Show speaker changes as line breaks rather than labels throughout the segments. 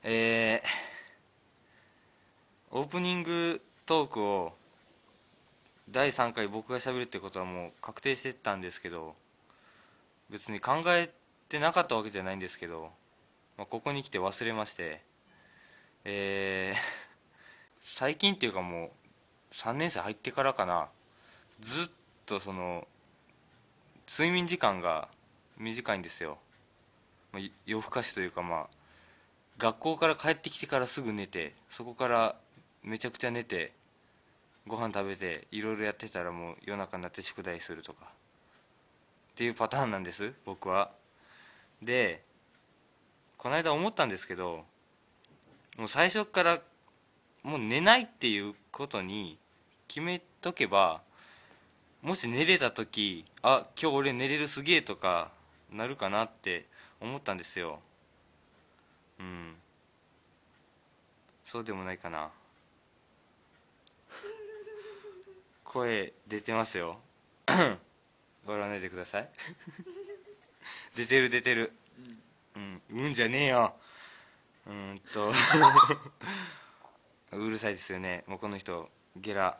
えオープニングトークを第3回僕が喋るってことはもう確定してたんですけど、別に考えてなかったわけじゃないんですけど、ここに来て忘れまして、最近っていうかもう3年生入ってからかな、ずっと睡眠時間が短いんですよ。夜更かしというか、学校から帰ってきてからすぐ寝て、そこからめちゃくちゃ寝て、ご飯食べていろいろやってたらもう夜中になって宿題するとかっていうパターンなんです、僕は。で、この間思ったんですけど、もう最初からもう寝ないっていうことに決めとけば、もし寝れた時、今日俺寝れるすげえとかなるかなって思ったんですよ。そうでもないかな。声出てますよ。笑わないでください。出てる出てる。じゃねえよ。うるさいですよね。もうこの人ゲラ。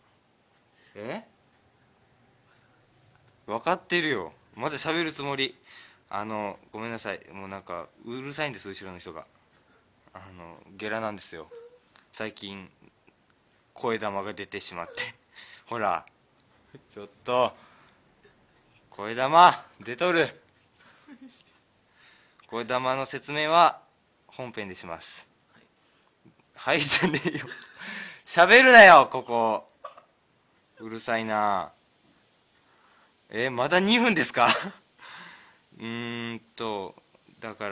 分かってるよ。まだ喋るつもり。ごめんなさい。もううるさいんです、後ろの人が。ゲラなんですよ。最近声玉が出てしまって。ほら、ちょっと声玉出とる。声玉の説明は本編でします。はいじゃねえよ。喋るなよ、ここ。うるさいな。まだ2分ですか？だから、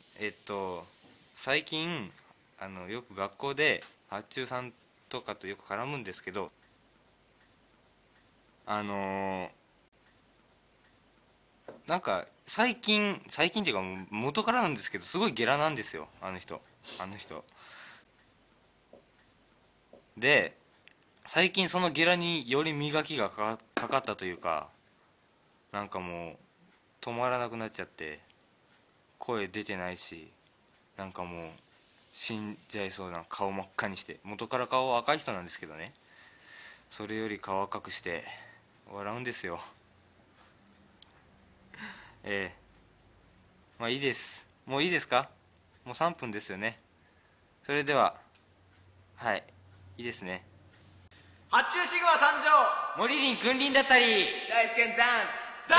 最近、よく学校で発注さんとかとよく絡むんですけど、最近っていうかもう元からなんですけど、すごいゲラなんですよ、あの人。で、最近そのゲラにより磨きがかかったというか、もう止まらなくなっちゃって、声出てないし、もう死んじゃいそうな顔真っ赤にして、元から顔は赤い人なんですけどね、それより顔赤くして笑うんですよ。いいです。もういいですか？もう3分ですよね。それでは、はい、いいですね。
発注シグマ参上。
モリリン君臨だったり
大輔さんだ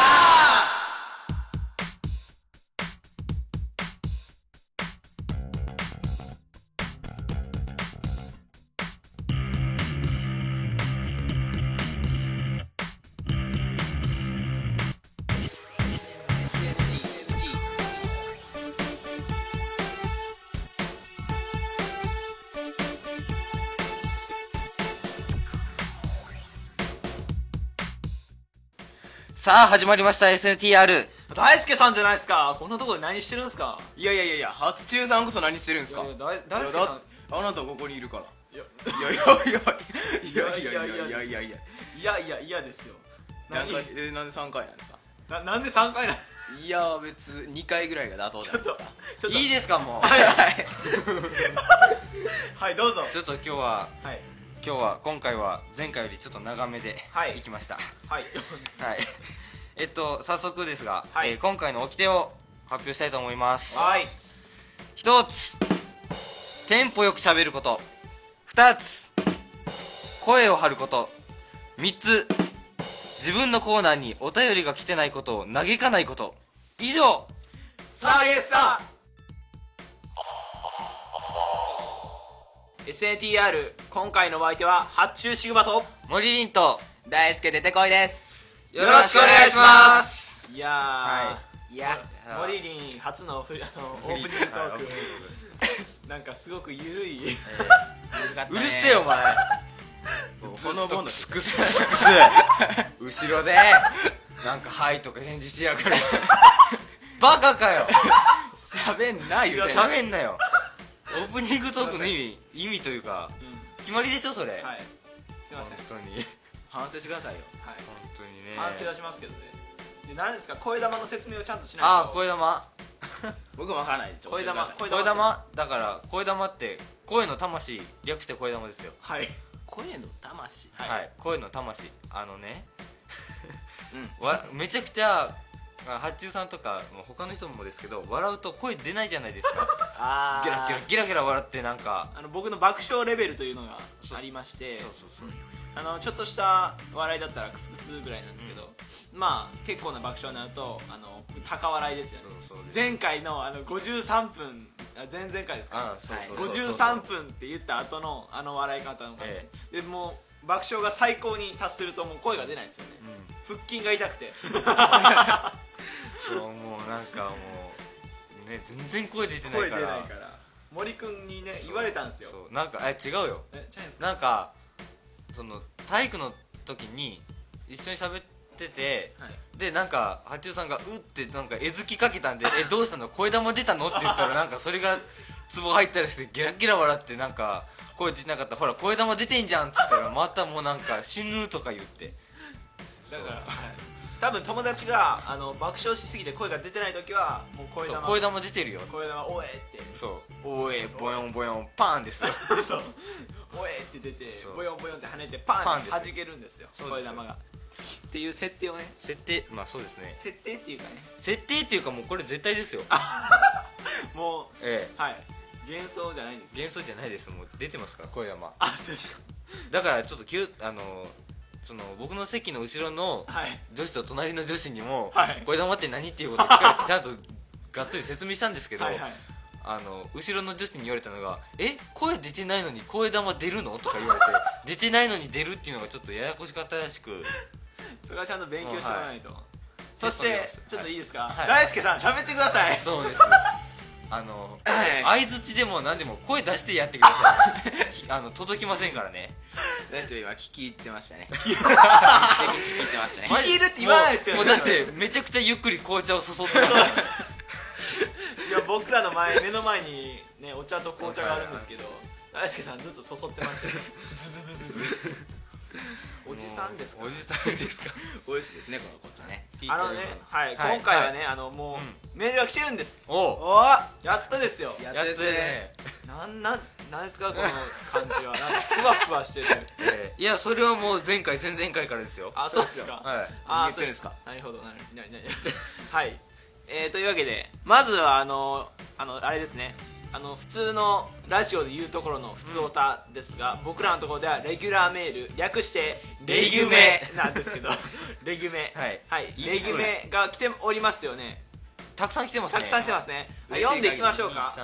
さあ始まりました SNTR。
大輔さんじゃないですか。こんなところで何してるんですか。
いや、発注さんこそ何してるんですか。
大輔さん、
あなたここにいるから。
いや嫌ですよ。
なんで3回なんですか。
なんで3回なん。
いや別2回ぐらいが妥当じゃないですか。
いいですか、もう。
はいどうぞ。
ちょっと今回は前回よりちょっと長めでいきました。
はい
早速ですが、
はい、
今回の掟を発表したいと思います。
はい。
1つ、テンポよく喋ること。2つ、声を張ること。3つ、自分のコーナーにお便りが来てないことを嘆かないこと。以上。
さあゲスさ SNTR 今回のお相手は発注シグマと
モリリンと
大輔出てこいです。
よろしくお願いします。
いやモリ
リ
リン初のオープニングトークなんかすごくゆるい、
うるせえよお前。
ほのぼの
クスクス後ろではいとか返事しやがる。バカかよ。
喋んな言うてんの。
喋んなよ。オープニングトークの意味というか、決まりでしょそれ。
はい、すいません。
本当に
反省してくださいよ。
はい、
本当にね。
反省出しますけどね。で何ですか、声玉の説明をちゃんとしないと。
声玉
僕もわからないで
声玉
声玉だから声玉って声の魂略して声玉ですよ。
はい
声の魂
はい声の魂ね
うん
めちゃくちゃ八中さんとか他の人もですけど笑うと声出ないじゃないですか。
あー
ギラギラ笑ってなんか
僕の爆笑レベルというのがありまして、
そう
ちょっとした笑いだったらクスクスぐらいなんですけど、まあ結構な爆笑になると高笑いですよね。
そうです
前回の53分前々回ですか、
そう
53分って言った後の笑い方の感じ、でもう爆笑が最高に達するともう声が出ないですよね、腹筋が痛くて
そうもうなんかもうね全然声出てないから
森くんにね言われたんですよ。
そうなんか違うよ。
違うんですか。
なんかその体育の時に一緒に喋ってて、
はい、
でなんか八中さんがうってなんかえずきかけたんでどうしたの声玉出たのって言ったらなんかそれがツボ入ったりしてギラギラ笑ってなんか声出てなかったほら声玉出てんじゃんって言ったらまたもうなんか死ぬとか言って
だから、はい、多分友達が爆笑しすぎて声が出てない時はもう声玉
出てるよ
声玉おえって
そうおえボヨンボヨンパーンですよ
そうおえって出てボヨンボヨンって跳ねてパーンって弾けるんですよ声玉がっていう設定をね
まあそうですね
設定っていうかね
設定っていうかもうこれ絶対ですよ
もう、はい幻想じゃないんです
幻想じゃないですもう出てますから声玉
ですか
だからちょっとその僕の席の後ろの女子と隣の女子にも声玉って何っていうことを聞かれてちゃんとがっつり説明したんですけど後ろの女子に言われたのが声出てないのに声玉出るのとか言われて出てないのに出るっていうのがちょっとややこしかったらしく
それはちゃんと勉強しておかないと、そしてちょっといいですか、
はい、
大輔さん喋ってください。
そうです相づちでも何でも声出してやってください届きませんからね。
大丈夫今聞き入ってましたね聞き入ってましたね。
聞き入るって言わないですよね。
もうだってめちゃくちゃゆっくり紅茶を注ってましたね
いや僕らの目の前にねお茶と紅茶があるんですけど、大輔さんずっとそそってましたよおじさんですか。
おじさんですか。
美味しいですねこの紅茶ね。
はい、今回はねもうメールが来てるんです。
お
やっとですよ。
やっとですね。
なんですかこの感じは。なんかふわふわしてる
いやそれはもう前々回からですよ。
そうですか。
言ってるんですか。
なるほどはいというわけでまずはあれですね普通のラジオで言うところの普通オタですが、僕らのところではレギュラーメール略してレギュメなんですけどレギュメはいレギュメが来ておりますよね。
たくさん来てますね。
読んでいきましょうか。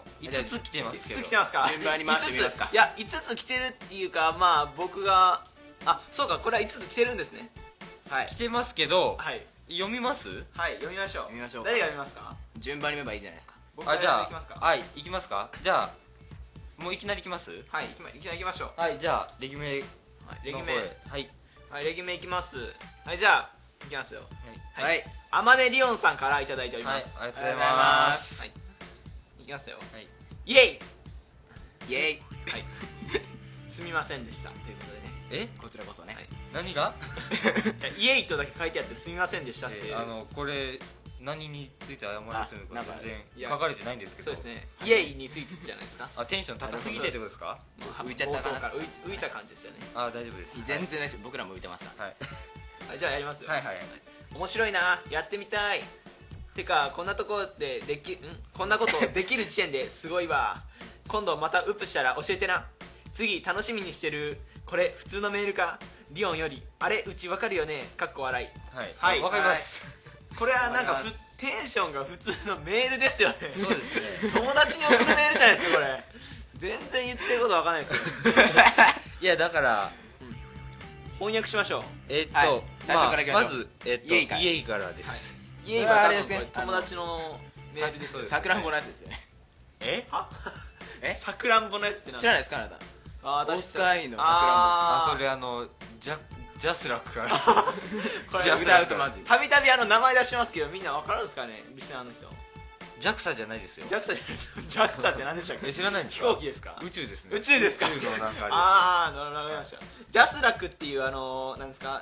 5つ来てますけど。
5つ来てますか。
順番に回してみますか。
いや5つ来てるっていうかまあ僕がそうかこれは5つ来てるんですね。
はい
来てますけど
読
みます。
はい読みましょう。誰が読みますか。
順番に読めばいいじゃないですか。
じゃあ行きますか。じゃあもういきなり行きます。
はいいきなり行きましょう。
はいじゃあレギュメ
レギュメいきます。はいじゃあいきますよ。
はい
あまねりおんさんからいただいております。
ありがとうございます。
いきますよ。イエイ
イエイ
はいすみませんでしたということでね。
こちらこそね。
何が
イエイとだけ書いてあってすみませんでしたって
これ何について謝るというのか全然書かれてないんですけど。
そうですねイエイについてじゃないですか。
テンション高すぎてってことですか。
浮いちゃったかな。
浮いた感じですよね。
大丈夫です。
全然ないです。僕らも浮いてますから。
じゃあやりますよ。面白いなやってみたいてかこんなとこでこんなことできる時点ですごいわ。今度またウップしたら教えてな。次楽しみにしてる。これ普通のメールか。リオンよりあれうちわかるよねかっこ笑い。
はいわかります。
これはなんかテンションが普通のメールですよね。
そうですね。
友達に送るメールじゃないですかこれ。全然言ってることわかんないですよ
いやだから
翻訳しましょう。
最初からいきましょう。
まずイエイからです。
イエイは友達のメールです。
さくらんぼのやつですよね。
はさくらんぼのやつって何。
知らないですかあなた。大塚愛のさ
それジャスラックから
これ
歌うとまずい。
たびたび名前出しますけどみんな分かるんですかねリスナーの人。
JAXA じゃないですよ。
JAXA じゃないです。JAXA って何でしたっけ。
知らないんですか。
飛行機ですか。
宇宙ですね。
宇宙ですか。
宇宙のなんかあれです。
なるほどわかりました。ジャスラックっていうなんですか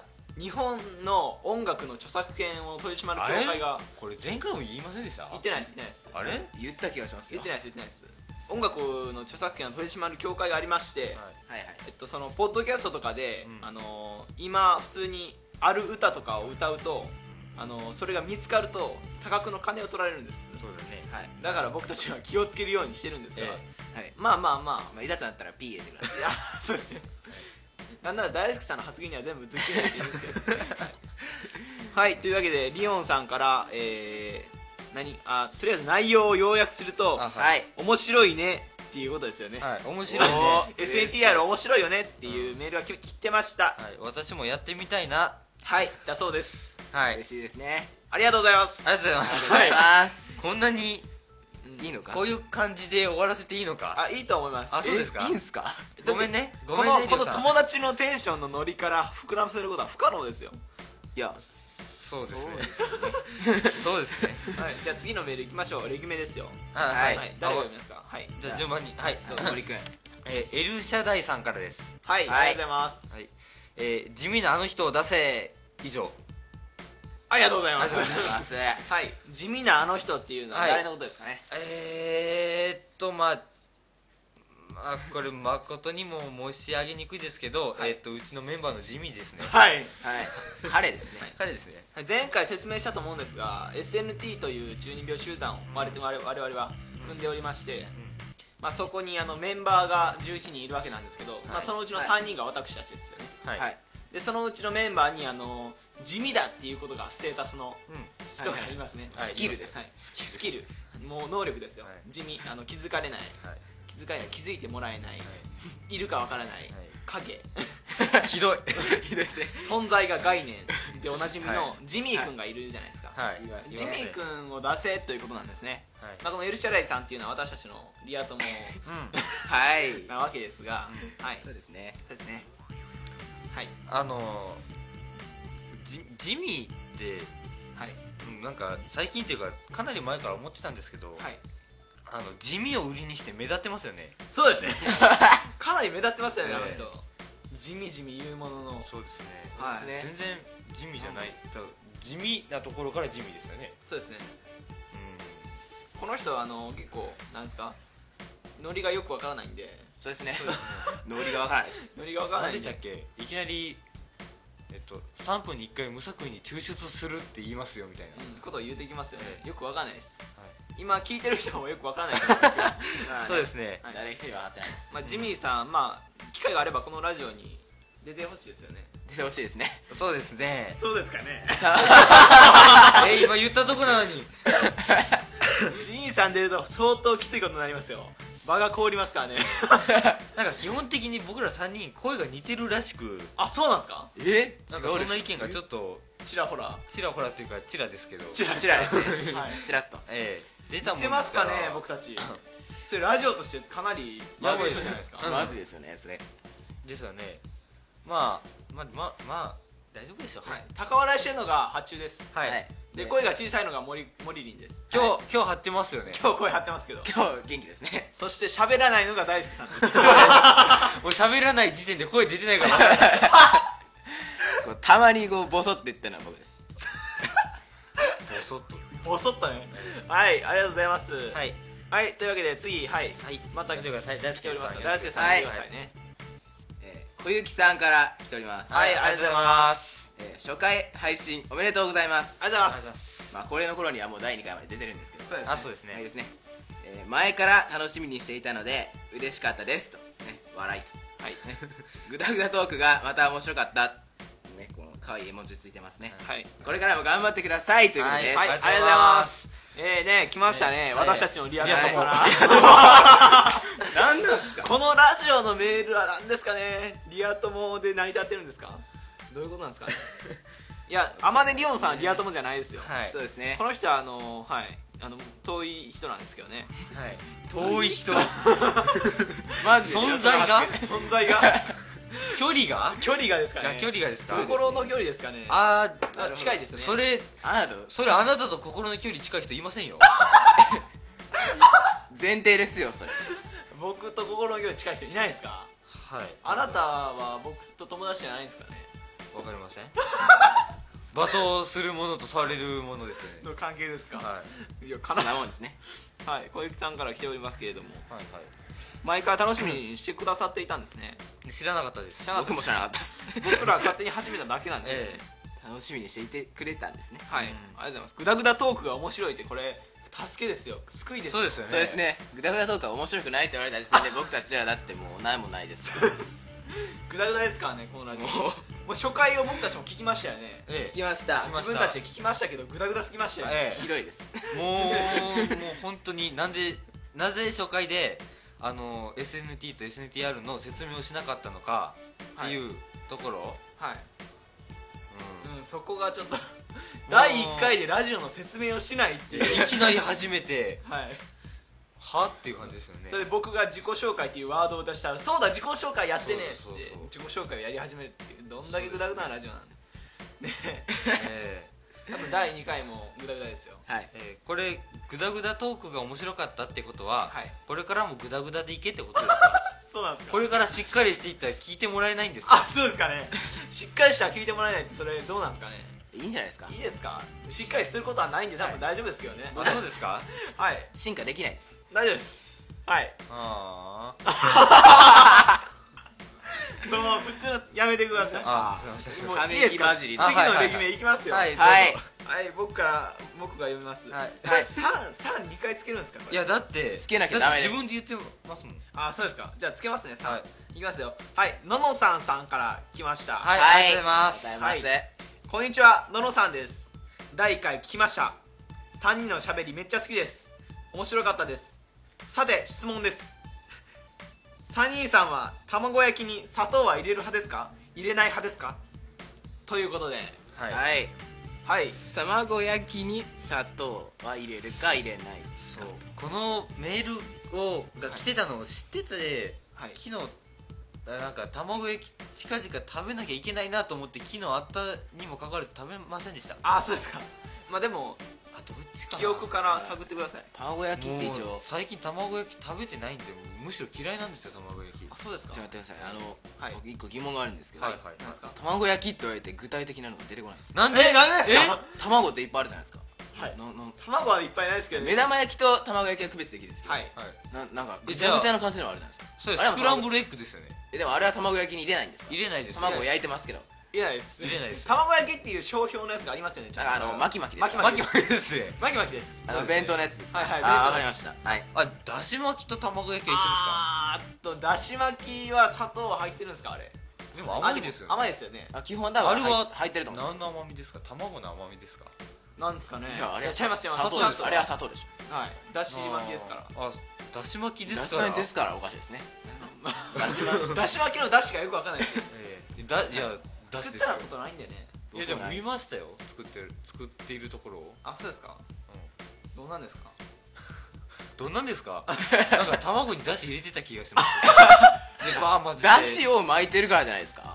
日本の音楽の著作権を取り締まる協会が。
これ前回も言いませんでした？
言ってないです言ってないです。
あれ
言った気がしますよ。
言ってないです言ってないです。音楽の著作権を取り締まる協会がありまして、
はいはい。
そのポッドキャストとかで、
うん
今普通にある歌とかを歌うと、それが見つかると多額の金を取られるんです。
そうだね。
はい。
だから僕たちは気をつけるようにしてるんですが、
え
はい。
まあまあま
まあ、いざとなったら P 入れてください。
いやそうですね。なんなら大輔さんの発言には全部ずっと入れていいんですけど、はい、というわけでリオンさんから、とりあえず内容を要約すると、
あ
はい。
面白いねっていうことですよね。
はい、面白いね。
おー
SNTR 面白いよねっていうメールが来てました。
はい、私もやってみたいな。
はい、だそうです。
はい。
嬉しいですね。
ありがとうございます。
ありがとうございま
ありがとう
す。
ございます。
こんなに、
いいのか
こういう感じで終わらせていいのか。
あ、いいと思います。
あそうですか
いいんすか？
ごめんね。ご
こ
めんね、
の
りょうさん
友達のテンションのノリから膨らませることは不可能ですよ。
いや、
そうですね。
そうですよね。
そうですね。
はい、じゃあ次のメールいきましょう。レギュメですよ。
は
はい
はい、誰が読みますか？はい。
じゃあ順番に。はい。
森くん。
エルシャダイさんからです。
はい、
はい
ありがとうございます。
はい。地味なあの人を出せ。以上。
ありがとうございます。
ありがとうござい
ます。
はい、地味なあの人っていうのは誰のことですかね？
まあこれ誠にも申し上げにくいですけど、
はい、
うちのメンバーのジミーですね。
はい。
はい。彼ですね。
彼ですね。
前回説明したと思うんですが SNT という中二病集団を我々は組んでおりまして、まあ、そこにメンバーが11人いるわけなんですけど、まあ、そのうちの3人が私たちですよね。
はい。
はい。
でそのうちのメンバーに地味だっていうことがステータスの人がいますね。
はい
スキルです。
はい、スキルもう能力ですよ。
はい
地味気づかれない、
はい。
気づいてもらえない、いるかわからない、影
ひどい。
ひどいですね。
存在が概念でおなじみの
は
ジミー君がいるじゃないですか。
はい。
ジミー君を出せということなんですね。
はい。
まあ、このエルシャライさんっていうのは私たちのリア友
はい。
なわけですが、はい、
そうですね。
そうですね。はい、
ジミーって
はい、
なんか最近っていうかかなり前から思ってたんですけど、
はい、
地味を売りにして目立ってますよね。
そうですね。かなり目立ってますよね、
ええ
あの人。地味言うものの。
そうですね。
はい
そうですね
全然地味じゃない。だから地味なところから地味ですよね。
そうですね。
う
この人は結構なんですか、ノリがよくわからないんで。
そうですね
そうですね。
ノリがわからないです。
ノリがわからな
何で
いんで。
したっけ、いきなり3分に1回無作為に抽出するって言いますよみたいな、
ことを言うてきますよね。よくわからないです。
はい、
今聞いてる人もよくわからないと思うんですけど
そうですね、
はい、
誰一人分かってないです。
まあ、ジミーさん、まあ、機会があればこのラジオに出てほしいですよね。
出てほしいですね。
そうですね。
そうですかね。
今言ったとこなのに
ジミーさん出ると相当きついことになりますよ。場が凍りますからね。
なんか基本的に僕ら3人声が似てるらしく、
あ、そうなんですか？
なんかそんな意見がちょっと
ちらほら。
ちらほらっていうかちらですけど、
ちら
ちらですね。
はい
ちらっと。
出たもん
似て
でから
ますすかね、僕たち。それラジオとしてかなりやばい人じゃないですか。
うん
まずいですよね、それ。
ですよね。まあ大丈夫でしょう。
はい、高笑いしてるのが発注です。
はい、
はい
で、声が小さいのがモリリンです。
今日張ってますよね。
今日声張ってますけど。
今日元気ですね。
そして喋らないのが大輔さんです。
もう喋らない時点で声出てないから分かんない
こうたまにこうボソって言ったのは僕です。
ボソッと。
ボソッとね。はい、ありがとうございます。
はい。
はい、というわけで次、はい。
はい。
また
読んでください。大
来ております
輔さん。
大輔さん、
はい
来てくださいね。
小雪さんから来ております。
はい、ありがとうございます。
初回配信おめでとうございます。
ありがとうございま。
ありがとうございますす。
まあこれの頃にはもう第2回まで出てるんですけど。
そうですね。
あ、そうですね。
はいですね。前から楽しみにしていたので嬉しかったですと、ね、笑いと、
はい。
ね、グダグダトークがまた面白かった、ね、この可愛い絵文字ついてますね、
はい。
これからも頑張ってくださいということで、
はい、ありがとうございます。ね、来ましたね。私たちのリアクションから。
何なんですか。
このラジオのメールは何ですかね。リア友で成り立ってるんですか？どういうことなんですかね。いや、あまねリオンさんはリア友じゃないですよ。
はい。
そうですね。
この人ははい遠い人なんですけどね。
はい。遠い人。
マジで
存在が
存在が
距離が
距離がですかね。
距離がですか。
心の距離ですかね。
あ
近いですね。
それ
あなた
あなたと心の距離近い人いませんよ。
前提ですよそれ。
僕と心の距離近い人いないですか？
はい。
あなたは僕と友達じゃないんですかね。
わかりません罵倒するものとされるものですよね。
の関係ですか。
はい、
いや、
そんなもんですね。
はい、小雪さんから来ておりますけれども、
はいは
毎回楽しみにしてくださっていたんですね。
い、知らなかったです。
僕も知らなかったです
僕ら勝手に始めただけなんですよね。
え
楽しみにしていてくれたんですね。
はい、
うん
ありがとうございます。グダグダトークが面白いって、これ助けですよ、救いですよ。
そうですよね。
そうですね。グダグダトークは面白くないと言われた時点で僕たちはだってもう何もないですから
グダグダですからね、このラジオ。
も
もう初回を僕たちも聞きましたよね。
え
う聞きました
聞きました
自分たちで聞きましたけど、グダグダすぎましたよね。
え
ひどいです
もう本当になぜ初回でSNT と SNTR の説明をしなかったのかっていうところ、
はい、
うん
うん、そこがちょっと第1回でラジオの説明をしないっていう
いきなり始めて
はい、
はっていう感じですよね。
それで僕が自己紹介っていうワードを出したら、そうだ自己紹介やってねって
そうそうそう
自己紹介をやり始めるっていう、どんだけグダグダなラジオなんでね
え
多分第2回もグダグダですよ。
はい
これグダグダトークが面白かったってことは、
はい
これからもグダグダでいけってことですか
そうなんですか。
これからしっかりしていったら聞いてもらえないんですか。
あ、そうですかね。しっかりしたら聞いてもらえないって、それどうなんですかね。
いいんじゃないですか。
いいですか。しっかりすることはないんで多分大丈夫ですけどね。
あ、そうですか。
はい、
進化できないです。
大丈夫です。はい
あ
その普通のやめてください。
あすいません。
もう
ため息混じり
次
で
のレギュメいきますよ。
はい
はい
はい、僕が読みます。
はい
これ3回つけるんですか。これ
いやだって
つけなきゃダメです
だって自分で言ってますもん。
あ、そうですか。じゃあつけますね。3、
はい
いきますよ。はい、ののさんさんから来ました。
はい、
はい
ありがとうございます。
ありがとうございます
こんにちは、ののさんです。第1回聞きました。3人のしゃべりめっちゃ好きです。面白かったです。さて質問です。サニーさんは卵焼きに砂糖は入れる派ですか、入れない派ですか、ということで、
はい、
はい
はい、
卵焼きに砂糖は入れるか入れないか。
そうこのメールが来てたのを知ってて、
はい、
昨日なんか卵焼き近々食べなきゃいけないなと思って昨日あったにもかかわらず食べませんでした。
あ、そうですか。まあでも
あ、どっちかな。
記憶から探ってください。
卵焼きって一応
もう最近卵焼き食べてないんでむしろ嫌いなんですよ卵焼き。
あ、そうですか。
ちょっと待ってください。
はい
僕一個疑問があるんですけど、
はいはい。
なんですか。
卵焼きって言われて具体的なのが出てこないんですよ。
なんで
なんでですか。
卵っていっぱいあるじゃないですか。
はい
のの
卵はいっぱいないですけど、
目玉焼きと卵焼きは区別できるんですけど、
はい、
はい。
なんかぐちゃぐちゃな感じのもあるじゃないですか。
そうで
あれは
すスクランブルエッグですよね。
でもあれは卵焼きに入れないんですか。
入れないです。
卵を焼いてますけど。
入れないです。
入れないです
卵焼きっていう商標のやつがありますよね。ちゃんと
巻き巻きです。
巻き
巻き巻きですね。
巻き巻きです。
弁当のやつですか。
はいはい
あ、わかりました。はい。
あ、だし巻きと卵焼きは一緒
だし巻きは砂糖入ってるんですか、あれ。
ですか。でも甘いですよね。
甘いですよね。
基本多分
あれは
入ってると思うんです
何の甘みですか。卵の甘みですか。
なんですかね。
いやあれは
ちゃいます違います。
砂糖です。あれは砂糖でしょ。
はい。だし巻きですから。
あ、だし巻きで
だし
すから。
巻きですからおかしいですね。
だし巻きのだしがよくわかんないですよ。
いやだしですよ
作ったことないんでね。
いやでも見ましたよ作っているところを。
あ、そうですか。どうなんですか。
どんなんですか。なんか卵にだし入れてた気がしますでバー混ぜて
だしを巻いてるからじゃないですか。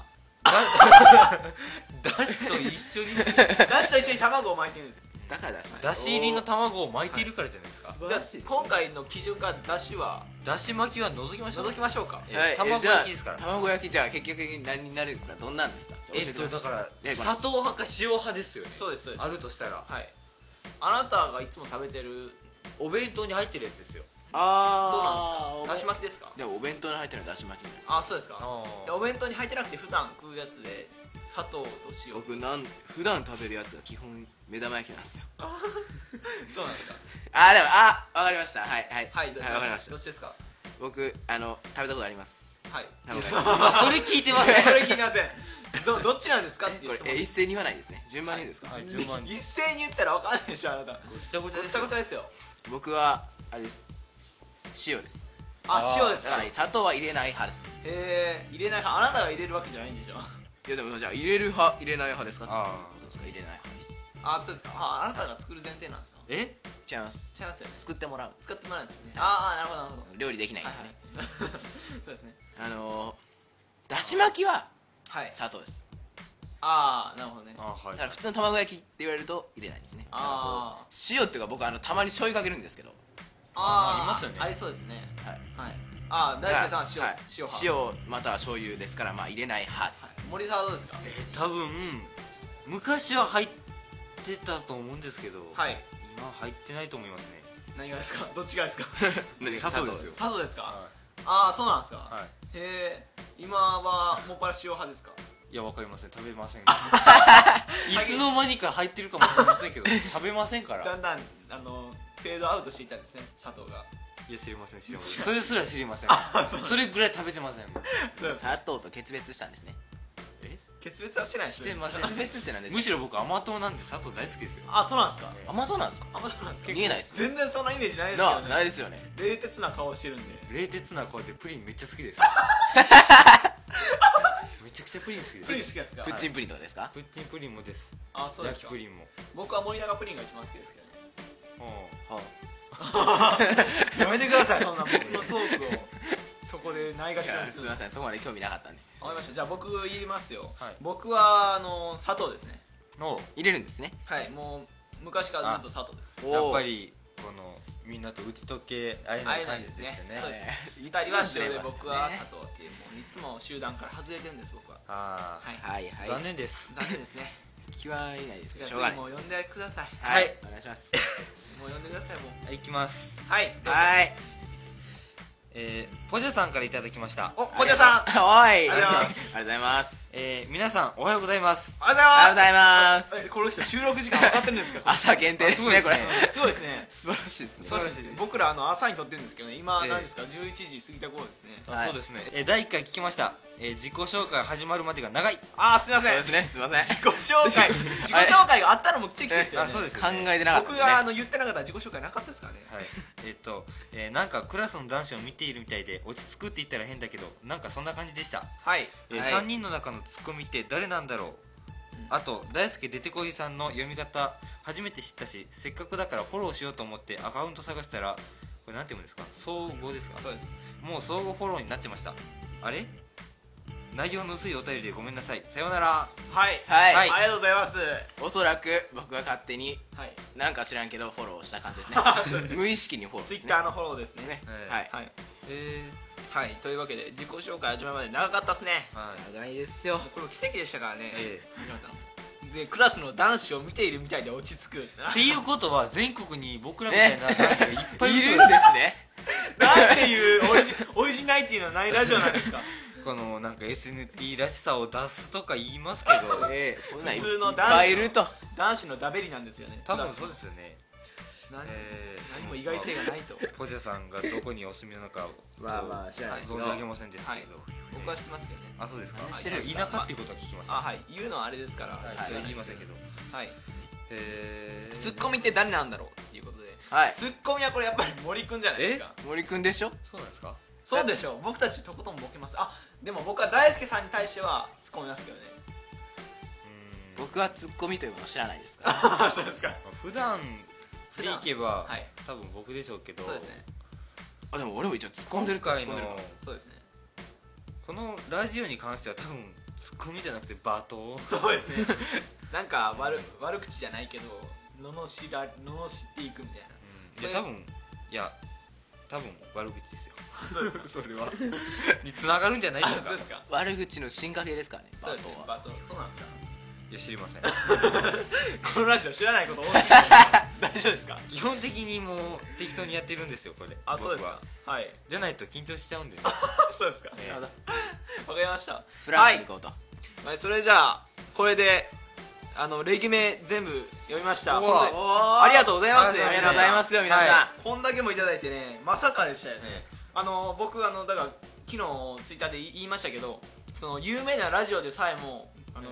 だしと一緒に
だしと一緒に卵を巻いてるんです。
だからだし巻いてる。
だし入りの卵を巻いているからじゃないですか。
じゃあ今回の基準がだしは
だし巻きは除きましょう。
除きましょうか。
卵焼きですから。
卵焼きじゃあ結局何になるんですか。どんなんですか。
だから
え
砂糖派か塩派ですよね。
そうですそうです。
あるとしたら
はい。あなたがいつも食べてる
お弁当に入ってるやつですよ。
どうなんですか。だし巻きですか。
でもお弁当に入ってるのはだし巻きなんです。
あ、そうですか。
あー
いやお弁当に入ってなくて普段食うやつで砂糖と塩。
僕普段食べるやつが基本目玉焼きなんですよ。
そうなんですか。
でもわかりました。はいはい
はい、
わかりました
どっ。ちですか。
僕食べたことあります。
はい。
卵焼き
今それ聞いてます
それ聞いてません。どっちなんですかっていう質問。
これ一斉に言わないですね。順番に言うんですか。
はい順番に
一斉に言ったらわかんないでしょ、あなた。
ごっちゃごちゃ
ごちゃ
ですよ。
ごちゃですよ。
僕はあれです。塩です。
塩ですか。
だから砂糖は入れない派です。
入れない派。あなたが入れるわけじゃないんでしょ。
いやでもじゃあ入れる派入れない派ですか。
あ
どうですか。入れない派です。
そうですか。あなたが作る前提なんですか。
え
違います。
違いますよね。
作ってもらう。
使ってもらうんですね。なるほどなるほど。
料理できないん
はい
でね。
はい。そうですね。
だし巻きは
はい。
砂糖です。
なるほどね。
はい
だから普通の卵焼きって言われると入れないですね。
あ
塩っていうか僕たまに醤油かけるんですけど、
あー、
いますよね。
ありそうですね。
はい。
はい。あー、大輔さんは塩、
はい
塩派。
塩または醤油ですから、まあ入れない派です。
はい。森さんはどうですか？
多分昔は入ってたと思うんですけど、
はい。
今は入ってないと思いますね。
何がですか？どっちがですか？
砂糖ですよ。
佐藤ですか？
は
ああ、そうなんですか。
はい
へえ、今はもっぱら塩派ですか？
いや、わかりません。食べません。いつの間にか入ってるかもしれませんけど、食べませんから。
だんだんフェードアウトしていったんですね、砂糖が。
いや、知りません、知りません。それすら知りません。
そう
それぐらい食べてません。
そうです。
砂糖と決別したんですね。
え
決別はしてないですね。
してません。
決別って何ですか？
むしろ僕甘党なんで砂糖大好きですよ。
あ、そうなんですか。
甘党なんですか？
あ、そうなんですか。
見えないですね。
全然そんなイメージないですけ
なあ、
どね。
ないですよね。
冷徹な顔してるんで。
冷徹な声でプリンめっちゃ好きです。めちゃくちゃプリン好きです。
プリン好きですか？
プッチンプリンとかですか？
プッチンプリンもです。
あ、そうですか。
焼きプリンも。
僕は森永プリンが一番好きですけどね。
は
やめてください、そんな僕のトークをそこでないが
あ、
しろにする。
すみません、そこまで興味なかったんで。
わかりました。じゃあ僕言いますよ。
はい
僕は砂糖ですね。
の
入れるんですね。
はい、もう昔からずっと砂糖です。
おー
やっぱりこのみんなと打ち解け合えない感じですよね。
そうです二人は塩で僕は砂糖っていう、もういつも集団から外れてるんです僕は。
ああ、
はい。
はいはい。
残念です。
残念ですね。
気はいないですけど、
じ
しょうがないです。
ゃあ次もう呼んでください。
はい
お願いします。
もう呼んでくださいもう。
はい、いきます。
はい。どうぞ
はい。
ポジョさんからいただきました。
お、小田さん。
おい。
ありがとうございます
ありがとうございます。
皆さんおはようございます。
ありがとうござい
ありがとうございます。
ます。この人収録時間分かってるんですか？
朝限定ですね、これ。
すごいですね。
素晴らしいですね。
そうですね。僕ら朝に撮ってるんですけどね、今
ええ
何ですか、11時過ぎた頃ですね。
はい
そうですね。第1回聞きました。自己紹介始まるまでが長い。
あー、すいません。
そうですね、すみません。
自己紹介。自己紹介があったのも奇跡ですよね。
あ、そうです
考
よね。
えてなかったん
僕
でね。
が言ってなかったら自己紹介なかったですからね。
はい。なんかクラスの男子を見ているみたいで落ち着くって言ったら変だけど、なんかそんな感じでした。
はい。
はい
3人の中のツッコミって誰なんだろう。あと大輔出てこいさんの読み方初めて知ったし、せっかくだからフォローしようと思ってアカウント探したら、これなんて読むんですか？総合ですか？
そうです。
もう相互フォローになってました。あれ、内容の薄いお便りでごめんなさい。さようなら。
はい。
はい
ありがとうございます。
おそらく僕が勝手に
はい。
なんか知らんけどフォローした感じですね。無意識にフォローですね。
ツイッターのフォローですね。
ね。
はい
はい。
はい。はい。というわけで、自己紹介始まるまで長かったですね。
はい。
長いですよ。
これも奇跡でしたからね。
え
始まったので、クラスの男子を見ているみたいで落ち着く。
っていうことは全国に僕らみたいな男子がいっぱいいる
いるんですね。
なんていうオリジナリティのないラジオなんですか。
このなんか SNT らしさを出すとか言いますけど、
そんなんいっ
普通の
ぱいいると。
男子のダベリなんですよね。
多分そうですよね。
何何も意外性がないと。
ポジャさんがどこにお住みなのか
まあまあ知らないですけど
存じ上げませんでしたけど、
僕は知ってますけどね。
あ、そうですか。
何してるんですか
田舎っていうことは聞きました。
あ、はい。言うのはあれですから。
はい、それ言いませんけど。
はい。
へー
ツッコミって誰なんだろうっていうことで。
はい。
ツッコミはこれやっぱり森くんじゃないですか。
森くんでしょ？
そうなんですか。
そうでしょう。僕たちとことんボケます。あ、でも僕は大輔さんに対してはツッコみますけどね。
僕はツッコミというものを知らないですから。
あ、そうですか。
普段でいけば、
はい
多分僕でしょうけど、
そうですね。
あ、でも俺も一応突っ込んでる
今回の
突っ込んでるから。
そうですね。
このラジオに関しては多分ツッコミじゃなくて罵倒。
そうですね。なんか悪口じゃないけど、罵っていくみたいな。
いや多分悪口ですよ。
そうですか。
それはに繋がるんじゃないでしょうか。
そうですか。
悪口の進化系ですからね。
そうですね。
バト
バトルそうなんですか。
いや、知りません。
このラジオ知らないこと多いですけど大丈夫ですか。
基本的にもう適当にやってるんですよ、これ。
あ、そうですか
僕は。。
はい。
じゃないと緊張しちゃうんでね。
そうですか。
え
なるほど。
わかりました。
フランクに行こうと。
はい、それじゃあこれでレギュメ全部読みました。
おー
本当にありがとうございます。
ありがとうございますよ、皆
は
さ
こんだけもいただいてね、まさかでしたよね。僕だから昨日ツイッターで言いましたけど、その有名なラジオでさえも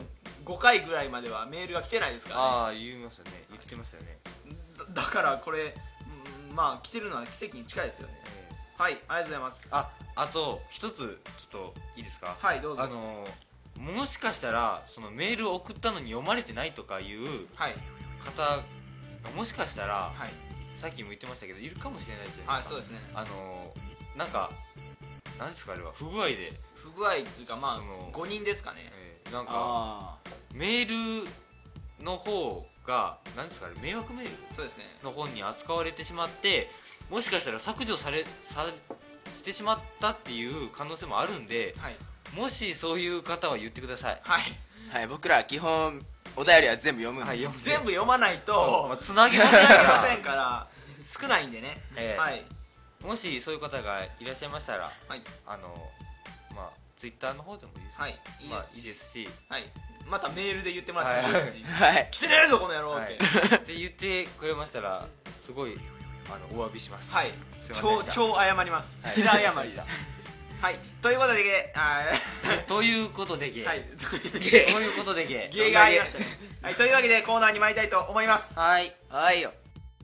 5回ぐらいまではメールが来てないですからね。
ああ、言いますよね。言ってましたよね。
だからこれ、まあ来てるのは奇跡に近いですよね。はい、ありがとうございます。
あと一つちょっといいですか。
はい、どうぞ。
もしかしたらそのメールを送ったのに読まれてないとかいう
はい、
方がもしかしたら、
はい、
さっきも言ってましたけどいるかもしれないじゃ
はい、
ないですか。
そうですね。
なんか何ですかあれは不具合で、
不具合っていうか、まあ
その
5人ですかね。
なんか
あ
メールの方が何ですかね、迷惑メール
そうですね。
の方に扱われてしまって、 もしかしたら削除してしまったっていう可能性もあるんで、
はい、
もしそういう方は言ってください。
はい、
はい、僕ら基本お便りは全部読むんで、
はい、
全部読まないと
つなぎま
つ
せんか
なげません
ら
から少ないんでね、はい、
もしそういう方がいらっしゃいましたら、
はい、
ツイッターの方でもいいですか、
はい、
いいですし、
はい、またメールで言ってもらってもいいですし、
はい
来てねえぞこの野郎って、
って言ってくれましたらすごいお詫びします。
はい、
すいませんでした。
超謝ります、
はい
平謝りです。はい、ということで
ということで
はい、
ということで
ゲーがありましたね。はい、というわけでコーナーに参りたいと思います。
はい
はいよ、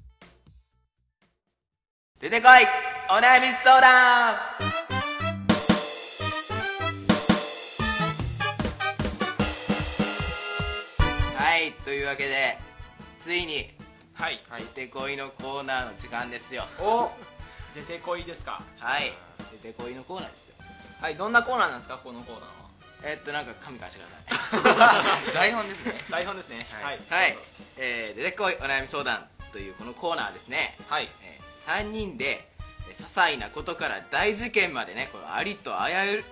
出てこいお悩み相談。はい、というわけでついに
はい、
出てこいのコーナーの時間ですよ。
お出てこいですか。
はい、出てこいのコーナーですよ。
はい、どんなコーナーなんですかこのコーナーは。
なんか紙貸してください。
台本ですね。
台本ですね。はい、
はい、出てこいお悩み相談というこのコーナーですね、
はい、
3人で些細なことから大事件までね、これありとあらゆる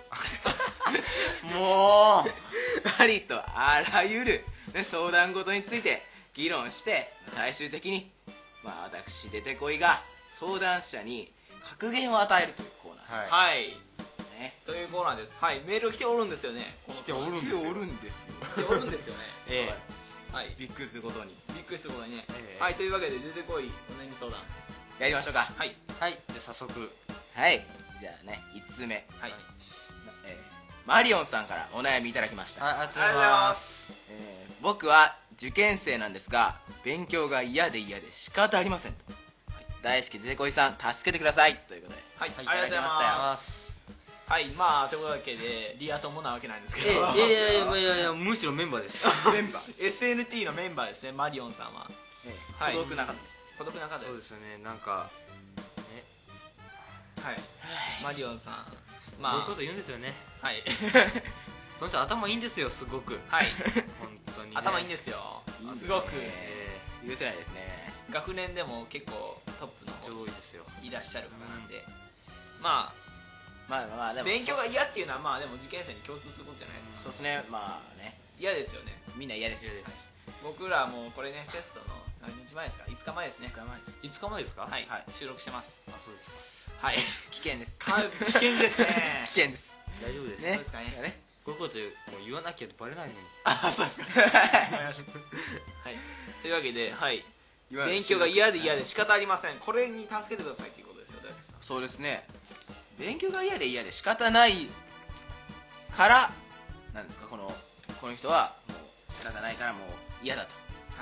もう
ありとあらゆる、ね、相談事について議論して最終的に、私出てこいが相談者に格言を与えるというコーナー、
はい、
はい
ね、
というコーナーです。はい、メール来ておるんですよね。
来ておるんですよ。
来ておるんですよ。
来ておるんですよね。はい、
びっくりすることに
びっくりすることにね。はい、というわけで出てこいお悩み相談。
やりましょうか。
はい、
はい、じゃあ早速、
はい、じゃあね、1つ目、
はい、
マリオンさんからお悩みいただきました。
ありがとうございます。
僕は受験生なんですが勉強が嫌で仕方ありませんと、大好き出てこいさん助けてくださいということで、
はい、
い
ありがとうございま
ただきましたよ。
す。はい、というわけでリア友なわけなんですけど、
いやむしろメンバーです。
メンバーです。
SNT のメンバーですね、マリオンさんは。はい、
孤独な方です。
孤独な方です。
そうですよね、なんかね、
はい、マリオンさん、
こういうこと言うんですよね。
はい、
その人頭いいんですよ、すごく。
はい、
本当にね、
頭いいんですよ。すごく
許せないですね。
学年でも結構トップの方
上位ですよ。
いらっしゃる方なんで、
でも
勉強が嫌っていうのはでも受験生に共通することじゃないですか。
そうですね、
嫌ですよね。
みんな嫌です。
嫌です。
僕らもこれね、テストの何日前ですか、5日前ですね。
捕まえて
5日前ですか。
はい、
はい、
収録してます。
あ、そうです
はい、
危険です。
危険ですね。
危険です
か。大丈夫です。
ね。
そうですかね。
こういうこともう言わなきゃバレないのに。
あ、そうですか。わかりました。はい。というわけで、はい。勉強が嫌で仕方ありません。これに助けてくださいということですよ。大輔さん。
そうですね、勉強が嫌で仕方ないからなんですか、この人はもう仕方ないからもう嫌だと。
はい。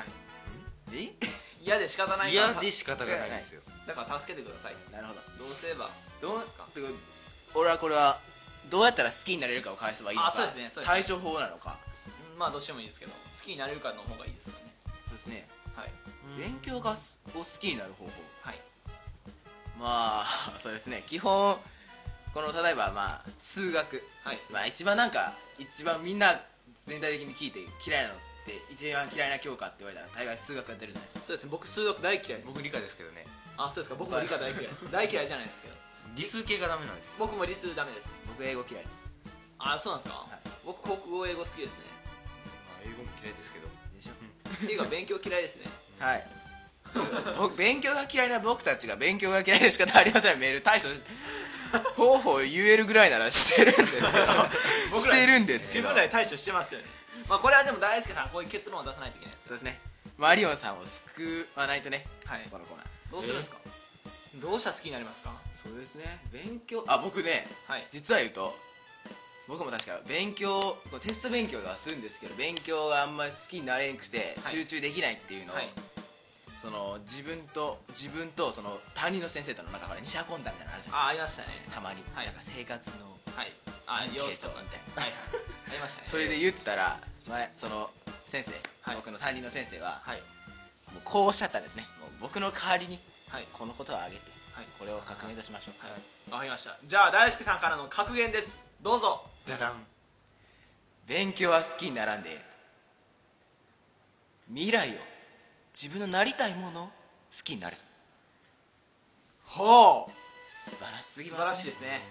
え
嫌で仕方ないから
嫌で仕方がないんですよ。
だから助けてください。
なるほど。
どうすれば
てか俺はこれはどうやったら好きになれるかを返せばいいのか、
そうですね、そうですね、
対処法なのか。
どうしてもいいですけど、好きになれるかの方がいいですよね。
そうですね、
はい。
勉強を好きになる方法、
はい。
そうですね、基本例えば数学、
はい。
一番みんな全体的に聞いて嫌いなのって一番嫌いな教科って言われたら大概数学が出るじゃないですか。
そうですね、僕数学大嫌いです。
僕理科ですけどね。
あ、そうですか。僕も理科大嫌いです。大嫌いじゃないですけど、
理数系がダメなんです。
僕も理数ダメです。
僕英語嫌いです。
あ、そうなんですか。
はい、
僕国語英語好きですね。
英語も嫌いですけど。
でしょ。
っていうか勉強嫌いですね。
はい。勉強が嫌いな僕たちが勉強が嫌いで仕方ありませんメール対処方法言えるぐらいならしてるんですけど
僕ら
してるんですけど、
自分らで対処してますよね。これはでも大輔さんこういう結論を出さないといけないです。
そうですね、マリオンさんを救わないとね、
はい。
このコーナー
どうするんですか。どうしたら好きになりますか。
そうですね、僕ね、
はい。
実は言うと僕も確かテスト勉強はするんですけど勉強があんまり好きになれなくて
はい
集中できないっていうのを、
はい。
自分とその担任の先生との二者コンタみたいなのあるじゃない
ありましたね。
ですか、たまに、
はい
生活の
はい。様子とか
みたいな、
はい。ありましたね。
それで言ったらその先生、
はい
僕の担任の先生は、
はい。
もうこうおっしゃったんですね。もう僕の代わりに
はい。
このことを挙げて、
はい。
これを革命としましょう。
はい。わかりました。じゃあ大輔さんからの格言です。どうぞ。
ダダン。
勉強は好きにならんでええと。未来を自分のなりたいものを好きになれと。
ほう、
素晴らしすぎ
素晴
ますね。
らしいですね。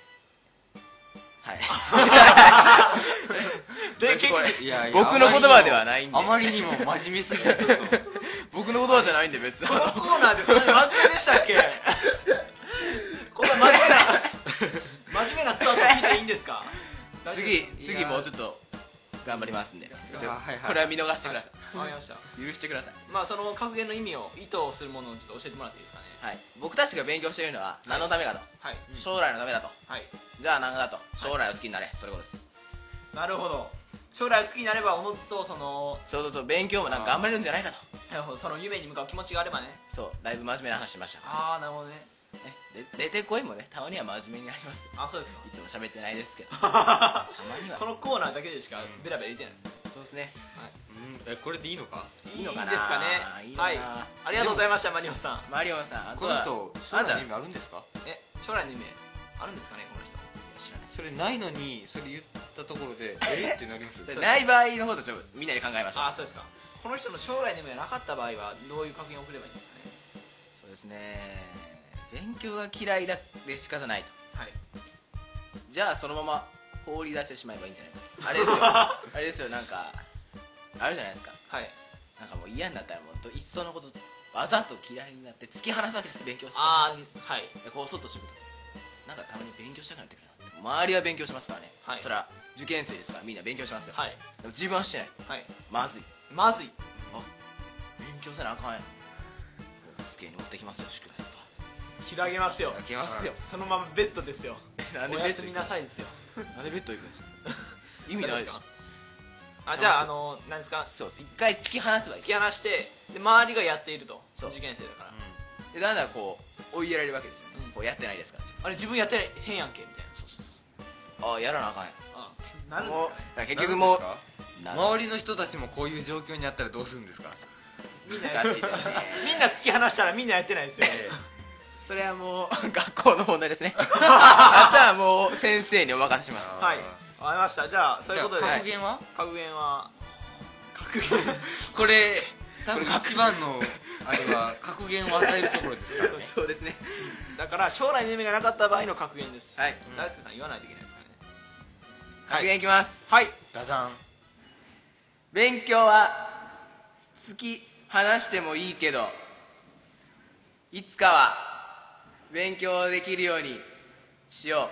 はい
で
別にこれ
結
いやいや
僕の言葉ではないんで
あまりにも真面目すぎてちょっと
僕の言葉じゃないんで別に
このコーナーでそんなに真面目でしたっけ？こんな真面目なスタートを聞いていいんですか？
次もうちょっと頑張りますんで、ちょっと
はいはい
これは見逃してください。
わかりました。
許してください。
まあその格言の意味を意図するものをちょっと教えてもらっていいですかね？
はい、僕たちが勉強しているのは何のためかと、
はい
将来のためだと。
はい。
じゃあ何だと、将来を好きになれ、それこそです。
なるほど。将来好きになればおのずとその
そう勉強もなんか頑張れるんじゃないかと。
なるほど、その夢に向かう気持ちがあればね。
そうだいぶ真面目な話しました。
ああ、なるほどね。
ね、出てこいもねたまには真面目になります。
あ、そうですか。
いつも喋ってないですけどたまには
このコーナーだけでしかベラベラ言ってないですね。
そうですね。
これでいいのか？
いいのかな。
いいですかね。
いいのかな。
はい。ありがとうございました、マリオンさん。
マリオンさん、あと
この
は
人将来の夢あるんですか？
将来の夢あるんですかね、この人。
知らない。
それないのにそれ言ったところでってなりますよ
そう
ない場合のことみんなで考えましょう。
あ、そうですか。この人の将来の夢がなかった場合はどういう格言を送ればいいんですかね。
そうですね。勉強が嫌いだで仕方ないと。
はい。
じゃあそのまま放り出してしまえばいいんじゃないか。あれですよあれですよ、なんかあるじゃないですか。
はい。
なんかもう嫌になったらもういっそのことわざと嫌いになって突き放すわけです。勉強する
ああ、はい。
こうそっとしておくとなんかたまに勉強したくなってくるな。周りは勉強しますからね、
はい
それは受験生ですからみんな勉強しますよ、
はい。
でも自分はしてない。
はい。
まずい。
まずい。
あ、勉強せなあかんやん。机に持ってきますよ、宿題とか。
開けますよ。
開けますよ。
そのままベッドですよ。
なんで
おやすみなさいですよ。
なんでベッド行くんですか。意味ないです。
あ、じゃあ何ですか。
そうです。一回突き放せばいい。
突き放してで周りがやっていると。
そう
受験生だから。
でだんだんこう追いやられるわけですよね、
うん
こうやってないですから。
あれ自分やってへんやんけみたいな。
あ、やらなあかんやん。
あ、なるんです
も
かね。
う結局もう
周りの人たちもこういう状況にあったらどうするんですか？
みんな
難しいですね
みんな突き放したらみんなやってないですよ。
それはもう学校の問題ですねあとはもう先生にお任せします。
はい。わかりました。じゃあそういうことで
じゃあ格言は？
格言は
これ多分一番のあれは格言を与えるところですからね。
そうですね。
だから将来の夢がなかった場合の格言です。
はい
大輔さん言わないといけないですからね。
格言いきます。
はい。
ダダン。
勉強は突き放してもいいけどいつかは勉強できるようにしよ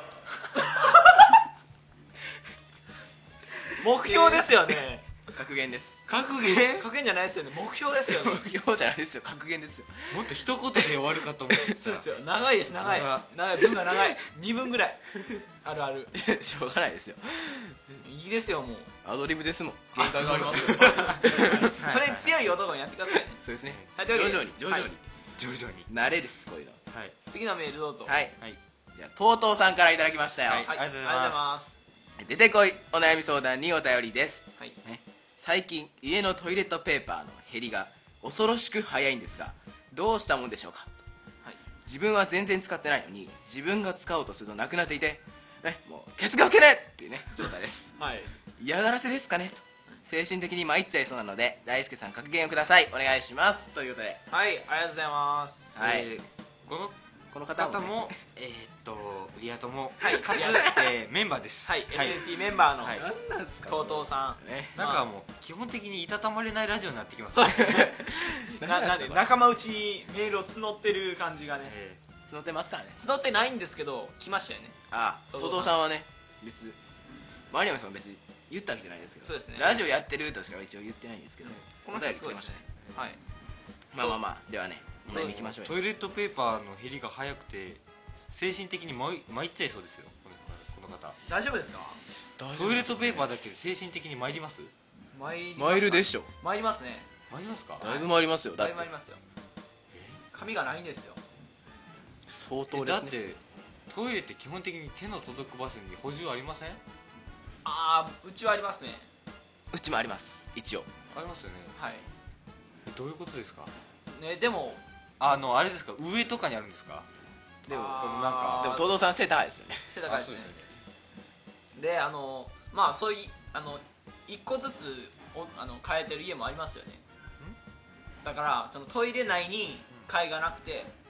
目標ですよね。
う。格言です。
格言？
格言じゃないですよね。目標ですよね。
目標じゃないですよ、格言ですよ。
もっと一言で終わるかと思って
そうですよ。長いです。長い文が長い。2分ぐらいあるある。
しょうがないですよ。
いいですよ。もう
アドリブですもん。限界がありますよ
それに強い男にやってくださいね。
そうですね。
はい、というわけで
徐々に徐々に、
はい
徐々に。
慣れです、こういうの。
はい。
次のメールどうぞ。
はい。
はい。
じゃあ TOTO さんからいただきましたよ、
はい
はい、
ありがとうございます
出てこいお悩み相談にお便りです、
はい。
ね、最近家のトイレットペーパーの減りが恐ろしく早いんですがどうしたもんでしょうか。
はい。
自分は全然使ってないのに自分が使おうとするとなくなっていて、ね、もうケツが受けねっていうね状態です
はい。
嫌がらせですかねと精神的に参っちゃいそうなので大輔さん格言をください、お願いしますということで、
はい、ありがとうございます。
はい
この
この方も、
方も
ね、
リア友
はい
かつ、メンバーです。
はい、SNT メンバーの
はい
何なんですか
TOTO さん。
ね
なんかもう基本的にいたたまれないラジオになってきます
そう
ね。
ですね。なんで
何なんですか
仲間内にメールを募ってる感じがね。
募ってますからね。
募ってないんですけど来ましたよね。
ああ、
TOTO
TOTO さんはね別マリアムさんは別に言ったわけじゃないですけど、
そうですね
ラジオやってるとしか一応言ってないんですけど、
この人
お便り
すごいですね。はい。
まあまあまあ、ではねお悩みいきましょうよ。
トイレットペーパーの減りが早くて精神的に参っちゃいそうですよ、この方。
大丈夫ですか？
トイレットペーパーだけで精神的に参ります？
マイルでしょ。
参りますね。
参りますか？
だいぶ回りますよ。だって
だいぶ参りますよ。紙がないんですよ。
相当ですね。
だってトイレって基本的に手の届く場所に補充ありません？
ああ、うちはありますね。
うちもあります一応。
ありますよね。
はい。
どういうことですか？
ね、でも
あれですか、上とかにあるんですか？
でも
あー
でもTOTOさん背高いですよね。
背高いですね。
そうですよね。
で、まあそういう一個ずつ変えてる家もありますよね。だからそのトイレ内に階がなくて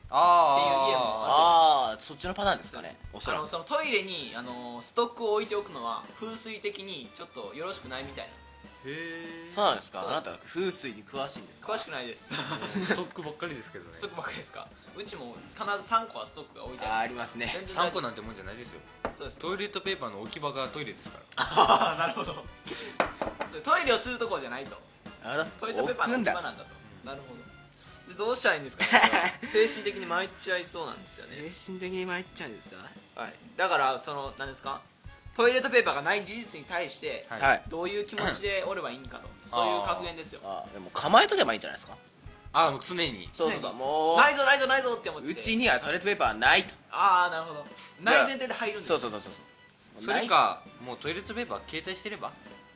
家もあ
そっちのパターンですかね、おそらく。
そのトイレにストックを置いておくのは風水的にちょっとよろしくないみたいなんです。
へ
そうなんですか。
そうです
あなた風水に詳しいんですか。
詳しくないです
ストックばっかりですけどね。
ストックばっかりですか。うちも必ず3個はストックが置いて
ありますね。
全然
3個なんてもんじゃないですよ。
そうです
トイレットペーパーの置き場がトイレですから。
ああなるほどトイレをするところじゃないと。トイレットペーパーの置き場なんだと。なるほど。でどうしたらいいんですかね精神的に参っちゃいそうなんですよね。
精神的に参っちゃうんですか。
はい、だから何ですか、トイレットペーパーがない事実に対して
はい
どういう気持ちでおればいいんかとそういう格言ですよ。
でも構えとけばいいんじゃないですか。
もう常に。
そうもう
ないぞないぞないぞって思って
うちにはトイレットペーパーはないと。
ああなるほど。ない前提で入るんです。
そう
それかもうトイレットペーパー携帯してれば。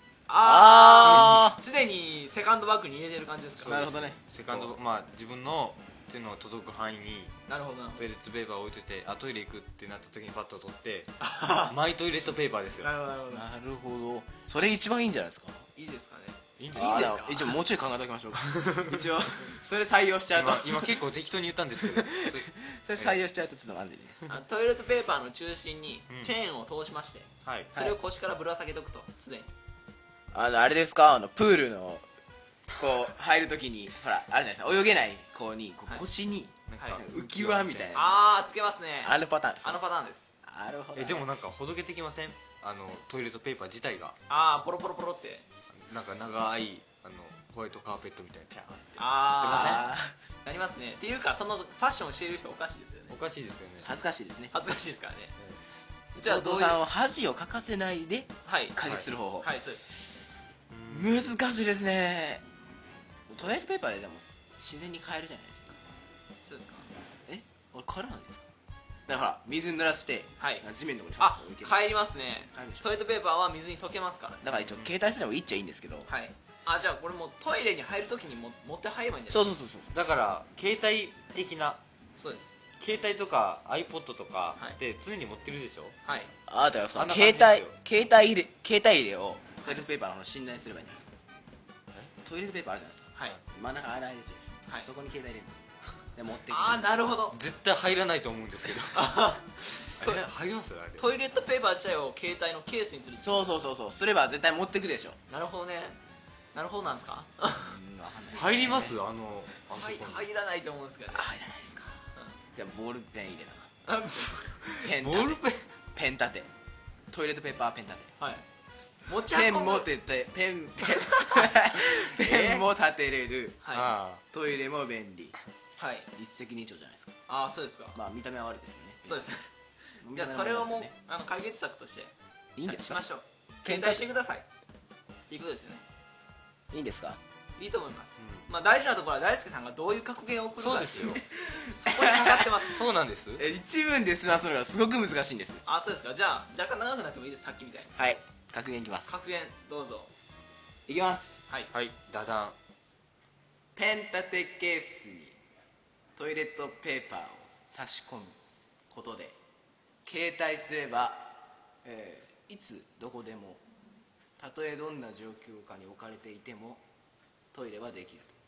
常にセカンドバッグに入れてる感じですか。
なるほどね。
セカンド自分の手の届く範囲に
なるほど
トイレットペーパーを置いといてトイレ行くってなった時にパッと取ってマイトイレットペーパーですよ。
なるほどなるほど。
なるほど。それ一番いいんじゃないですか。
いいですかね。
いいんですか。
一応もうちょい考えておきましょうか一応それ採用しちゃうと
今結構適当に言ったんですけど
それ採用しちゃうとちょっとまずいね
トイレットペーパーの中心にチェーンを通しまして、
はい
それを腰からぶら下げとくと常に。
あれですか、プールのこう入るときにほらあるじゃないですか、泳げない子にこう腰に浮き輪みたいな、
つけますね。
あのパターンです。
あのパターンです。
なるほど。
でもなんかほどけてきませんトイレットペーパー自体が。
ポロポロポロって
なんか長いホワイトカーペットみたいなピャーって
なりますね。っていうかそのファッションをしている人おかしいですよね。
おかしいですよね。
恥ずかしいですね。
恥ずかしいですからね。
じゃあお父さんは恥をかかせないで
解
決する方法。
はいそうです。
難しいですね。トイレットペーパーででも自然に変えるじゃないですか。
そうですか。
俺変えらないですか。だから水に濡らして地面のところに
帰りますね。トイレットペーパーは水に溶けますから。
だから一応携帯してもいいっちゃいいんですけど。
はい。じゃあこれもトイレに入るときに持って入ればいいんじゃ
そう
ないですか。
だから携帯的な。
そうです。
携帯とか iPod とかって常に持ってるでしょ。
はい。
だからその携帯入れをトイレットペーパーの信頼すればいいんですよ。トイレットペーパーあるじゃないですか。
はい。
真ん中穴開いてる。
はい。
そこに携帯入れるんです。で持ってきて。
なるほど。
絶対入らないと思うんですけど。入りますよあれ。
トイレットペーパー自体を携帯のケースにする。
そうすれば絶対持ってくでしょ。
なるほどね。なるほどなんですか。
入ります？
入らないと思うんですけどね。
入らないですか。じゃあボールペン入れとか。
ボールペン？
ペン立て。トイレットペーパーペン立て。
はい。
ペンも立てペンも立てれる。トイレも便利。はい。一石二鳥じゃないですか。
そうですか。
見た目は悪いですよね。
そうですね。じゃあそれをもう解決策として
いいんですか。
しましょう。携帯してください。いいことですよね。
いいんですか。
いいと思います。大事なところは大輔さんがどういう格言を送るか。
そうですよ。
そこにかかってます。
そうなんです。
一文で済ますのがすごく難しいんです。
そうですか。じゃあ若干長くなってもいいです。さっきみたいに。
はい。格言いきます。
格言どうぞ。
いきます。
はいダダン。
ペン立てケースにトイレットペーパーを差し込むことで携帯すれば、いつどこでもたとえどんな状況下に置かれていてもトイレはできると。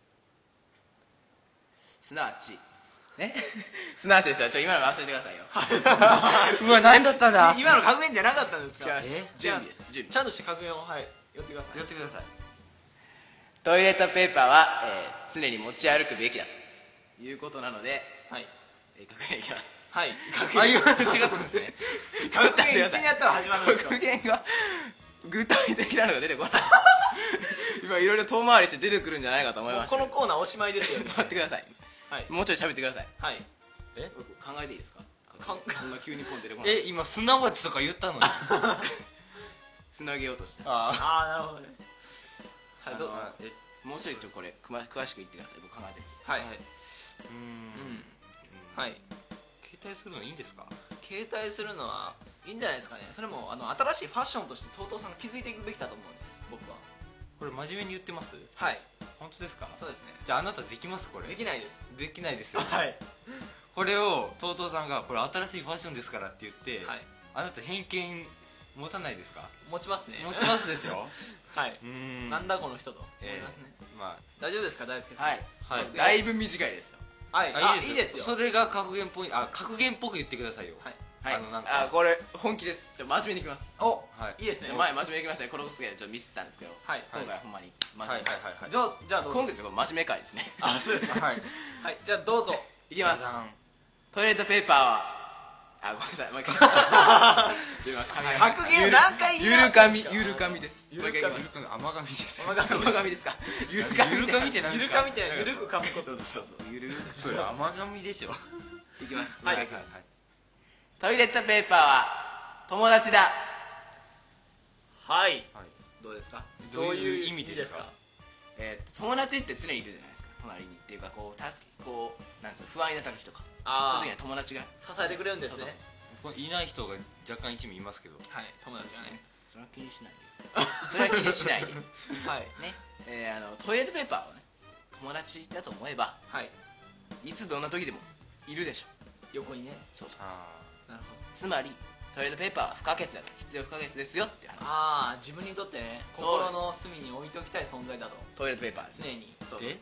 すなわちすなわちですよ。今の忘れてくださいよ。
うわ何だったんだ。
今の格言じゃなかったんですか。
準備です。
ちゃんとした格言を寄ってください。
トイレットペーパーは、常に持ち歩くべきだということなので、格言いきます。
格言
違ったんですね。
格言いつにやったら始まるんですか。
格言が具体的なのが出てこない。今いろいろ遠回りして出てくるんじゃないかと思いました。
このコーナーおしまいですよね。
待ってください。もうちょい喋ってください。
考
えていいですか。そんな急にポン出てこない。
今すなわちとか言ったのに
つなげようとした。
なるほどね。
もうちょいこれ詳しく言ってください。僕考えてる。
携帯するのいいんですか。
携帯するのはいいんじゃないですかね。それも新しいファッションとしてTOTOさんが気づいていくべきだと思うんです。僕は
これ真面目に言ってます。本当ですか。
そうですね。
じゃああなたできます。これ
できないです。
できないですよ。これをTOTOさんがこれ新しいファッションですからって言って、あなた偏見持たないですか。
持ちますね。
持ちますですよ。
なんだこの人と思いますね。大丈夫ですか大輔さん。
だいぶ短いですよ。
はい、いいですよ。
それが格言っぽい。格言っぽく言ってくださいよ。
はい、
はい、これ本気です。真面目にいきます。
お、いいですね。
前真面目にいきましたね。このコスでちょっとミスったんですけど、
はい、
今回はほんまに真面目。
じゃあどうぞ。
今月は真面目会ですね。
そうですか。はい、じゃあどうぞ。
いきます。トイレットペーパーはごめんなさい、もう一回。
格言を何回言いましたんですか。
ゆるかみです。もう一回言います。
甘噛みです。
甘噛みですか。
ゆるかみって何ですか。
ゆるかみってゆるく噛むこと。
そうゆる。
それ甘噛みでしょ。
いきます。
はい。
トイレットペーパーは友達だ。
はい。
どうですか。
どういう意味ですか。
友達って常にいるじゃないですか。隣にっていうかなんですか、不安になった時とか。その時には友達が
支えてくれるんですね。
いない人が若干一味いますけど。
はい、友達がね。
それは気にしないで。それは気にしないで。
はい。
ね、トイレットペーパーをね、友達だと思えば、
はい。
いつどんな時でもいるでしょ。
横にね。
そう。
なるほど。
つまりトイレットペーパーは不可欠だと、必要不可欠ですよって話。
自分にとってね、心の隅に置いておきたい存在だと。
トイレットペーパーです
常に。
そう
で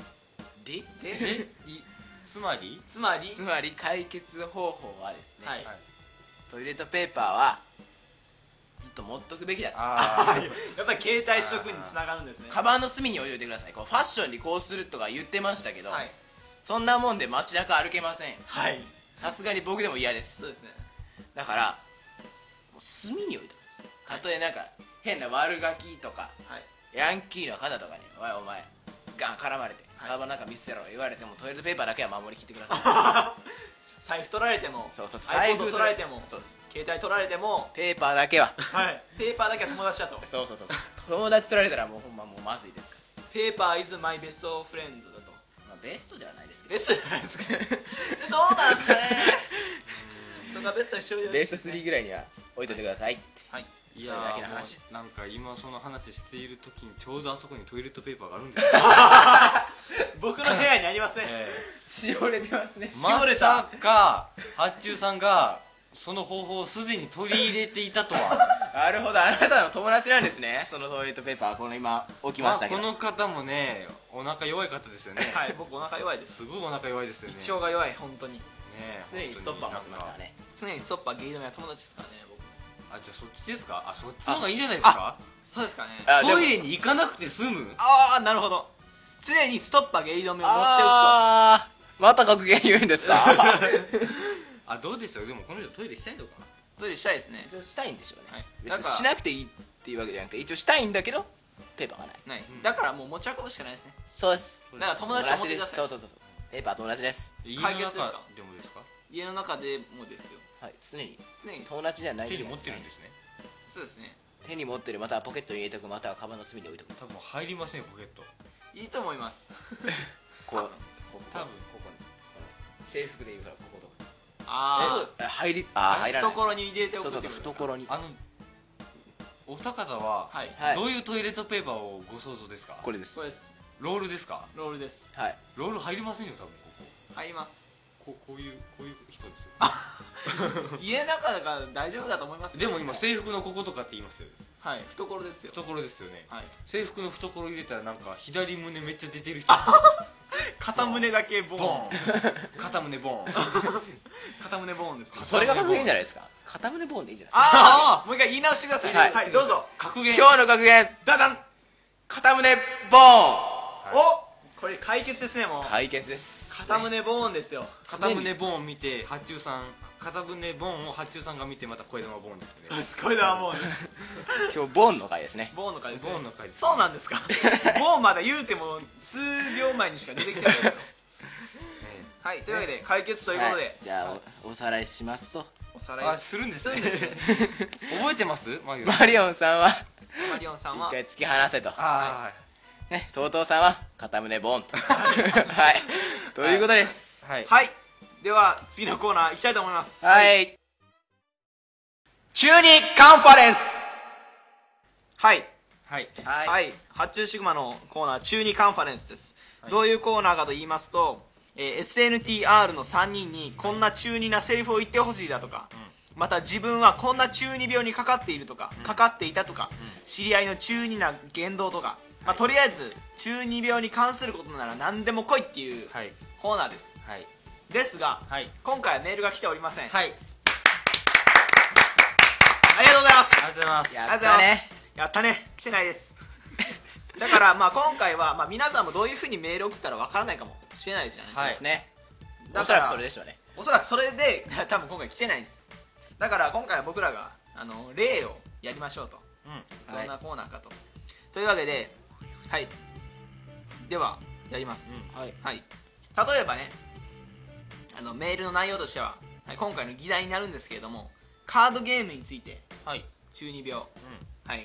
つまり
解決方法はですね、
はい、
トイレットペーパーはずっと持っとくべきだと。
やっぱり携帯取得につながるんですね。
カバンの隅に置いといてください。ファッションにこうするとか言ってましたけど、
はい、
そんなもんで街中歩けません。
はい、
さすがに僕でも嫌です。
そうですね。
だからもう隅に置いてください。たとえなんか変な悪ガキとか、はい、ヤンキーの方とかにお前ガン絡まれて、カバンなんか見せろ言われても、トイレットペーパーだけは守りきってくださ
い。財布取られても、
財
布取られても、携帯取られても、
ペーパーだけは、
はい、ペーパーだけは友達だと。
そう友達取られたらもうほんまもうまずいですから。
ペーパー is my best friend だと。
ベストではないですけど。
ベストじゃないですか。どうなんですかね。そんなベストにしようよ。
ベスト3ぐらいには置いといてください。
はい。
いやー、なんか今その話している時にちょうどあそこにトイレットペーパーがあるんですよ。
僕の部屋にありますね。
しおれてますね。
まさか発注さんがその方法をすでに取り入れていたとは。
なるほど、あなたの友達なんですね。そのトイレットペーパー、この今置きましたけど、
この方もね、お腹弱い方ですよね。
はい、僕お腹弱いです。
すごいお腹弱いですよね。
胃腸が弱い、本当に。
常にストッパー持ってますからね。
常にストッパー、ゲイドメは友達ですからね、僕。
じゃあそっちですか。そっちの方がいいんじゃないですか。
そうですかね。
トイレに行かなくて済む。
なるほど。常にストッパー、ゲイドメを持っておくと。
また格言言うんですか。
どうでしょう。でもこの人トイレしたいのかな。
トイレしたいですね。
したいんでしょうね。
はい、
別にしなくていいっていうわけじゃなくて、一応したいんだけどペーパーがない。
だからもう持ち運ぶしかないですね。
そうです。
だから友達と持ってください。
そうペーパー友達です。
家の中でもですか。
家の中でもですよ。
はい、常に友達じゃない。
手に持ってるんですね。
そうですね。
手に持ってる、またはポケットに入れておく、またはカバンの隅に置いておく。
多分入りませんよ、ポケット。
いいと思います。
多分ここに制服で言うからこことか入らない。
懐に入れておく。
懐に。
お二方はどういうトイレットペーパーをご想像ですか。
これです。
ロールですか。
ロールです。
はい。
ロール入りませんよ、多分。ここ
入ります。
こういう人ですよ。
家の中だから大丈夫だと思います。
でも今制服のこことかって言いますよ。
はい、懐ですよ。
懐ですよね。
はい。
制服の懐入れたらなんか左胸めっちゃ出てる人。
片胸だけボーン。
片胸ボーン。
片胸ボーンです。
それが格言じゃないですか。片胸ボーンでいいじゃないですか。
もう一回言い直してください。はい、どうぞ。
格言。
今日の格言。
ダダン。
片胸ボーン。
これ解決ですね。もう
解決です。
片胸ボーンですよ。
片胸ボーン見て発注さん、片胸ボーンを発注さんが見てまた声玉ボーンですね。
そうです、声玉ボーンです。
今日ボーンの回ですね。
ボーンの回ですね。
ボーンの回です。
そうなんですか。ボーンまだ言うても数秒前にしか出てきてないですよ。はい、というわけで解決ということで、
じゃあおさらいしますと。
おさらいするんですね。覚えてます？マ
リオンさんは
一
回突き放せと。
はい。
TOTOさんは片胸ボーンと。はい。ということです。
はい。では次のコーナー行きたいと思います。
はい。中2カンファレンス。
はい。発注シグマのコーナー中2カンファレンスです。どういうコーナーかと言いますと、SNTR の3人にこんな中2なセリフを言ってほしいだとか、また自分はこんな中2病にかかっているとか、かかっていたとか、知り合いの中2な言動とか、とりあえず中二病に関することなら何でも来いっていうコーナーです。 ですが、
はい。
今回はメールが来ておりません。
はい。
ありがとうございます。
ありがとうございます。
やったね。
やったね。来てないです。だからまあ今回はまあ皆さんもどういう風にメール送ったらわからないかもしれないですよね。
はい
ですね。
だから
おそらくそれでしょうね。
おそらくそれで多分今回来てないんです。だから今回は僕らが例をやりましょうと。そんなコーナーかと。というわけで、はい。ではやります。
はい。
はい。例えばね、メールの内容としては、はい、今回の議題になるんですけれども、カードゲームについて、
はい。
中二病、はい、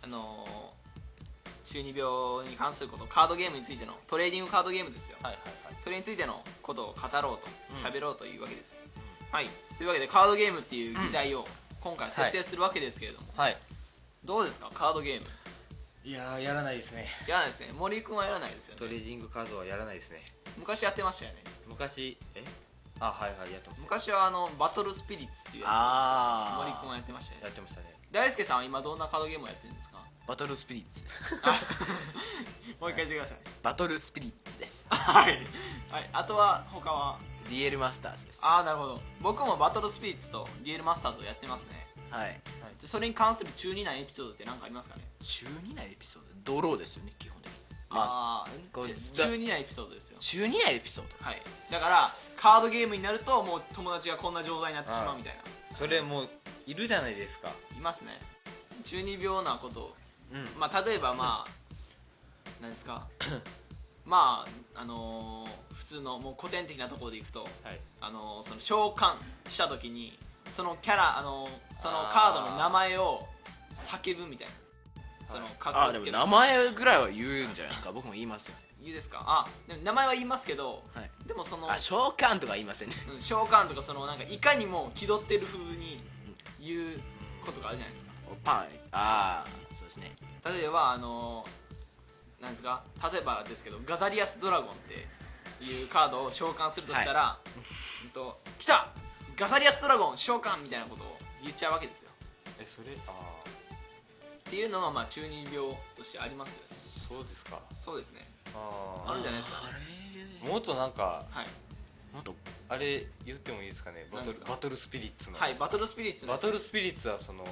中二病に関すること、カードゲームについてのトレーディングカードゲームですよ。
はいはいはい。
それについてのことを語ろうと、喋ろうというわけです。はい。というわけでカードゲームっていう議題を今回設定するわけですけれども、
はい。
どうですかカードゲーム。
いやー、やらないですね。
やらないですね。森君はやらないですよね。
トレーディングカードはやらないですね。
昔やってましたよね。
昔、はいはい、やってました。
昔はバトルスピリッツっていうやつ森君はやってましたよね。
やってましたね。
大輔さんは今どんなカードゲームをやってるんですか？
バトルスピリッツです。
もう一回言ってください。
バトルスピリッツです。
はい。はい。あとは他は
デュエルマスターズです。
なるほど。僕もバトルスピリッツとデュエルマスターズをやってますね。
はい。
それに関する中二なエピソードって何かありますかね？
中二なエピソード、ドローですよね、基本的に。
中二なエピソードですよ。
中二なエピソード。
はい。だからカードゲームになるともう友達がこんな状態になってしまうみたいな。
それもういるじゃないですか。
いますね。中二病なことを、まあ例えば何ですか。まあ普通のもう古典的なところでいくと、その召喚した時にそのキャラそのカードの名前を叫ぶみたいな。その
でも名前ぐらいは言うんじゃないですか。僕も言いますよね。
言うですか？でも名前は言いますけど、でもその
召喚とか言いませんね。
召喚とかそのなんかいかにも気取ってる風に言うことがあるじゃないですか。
パン。そうですね。
例えばなんですか、例えばですけどガザリアスドラゴンっていうカードを召喚するとしたら、来たガザリアスドラゴン召喚みたいなことを言っちゃうわけですよ。
それ
っていうのがまあ中二病としてありますよね。
そうですか。
そうですね。あるんじゃないですかね。
もっとなんか、
もっと
あれ言ってもいいですかね。バトルスピリッツの。
はい、バトルスピリッツの。
バトルスピリッツはその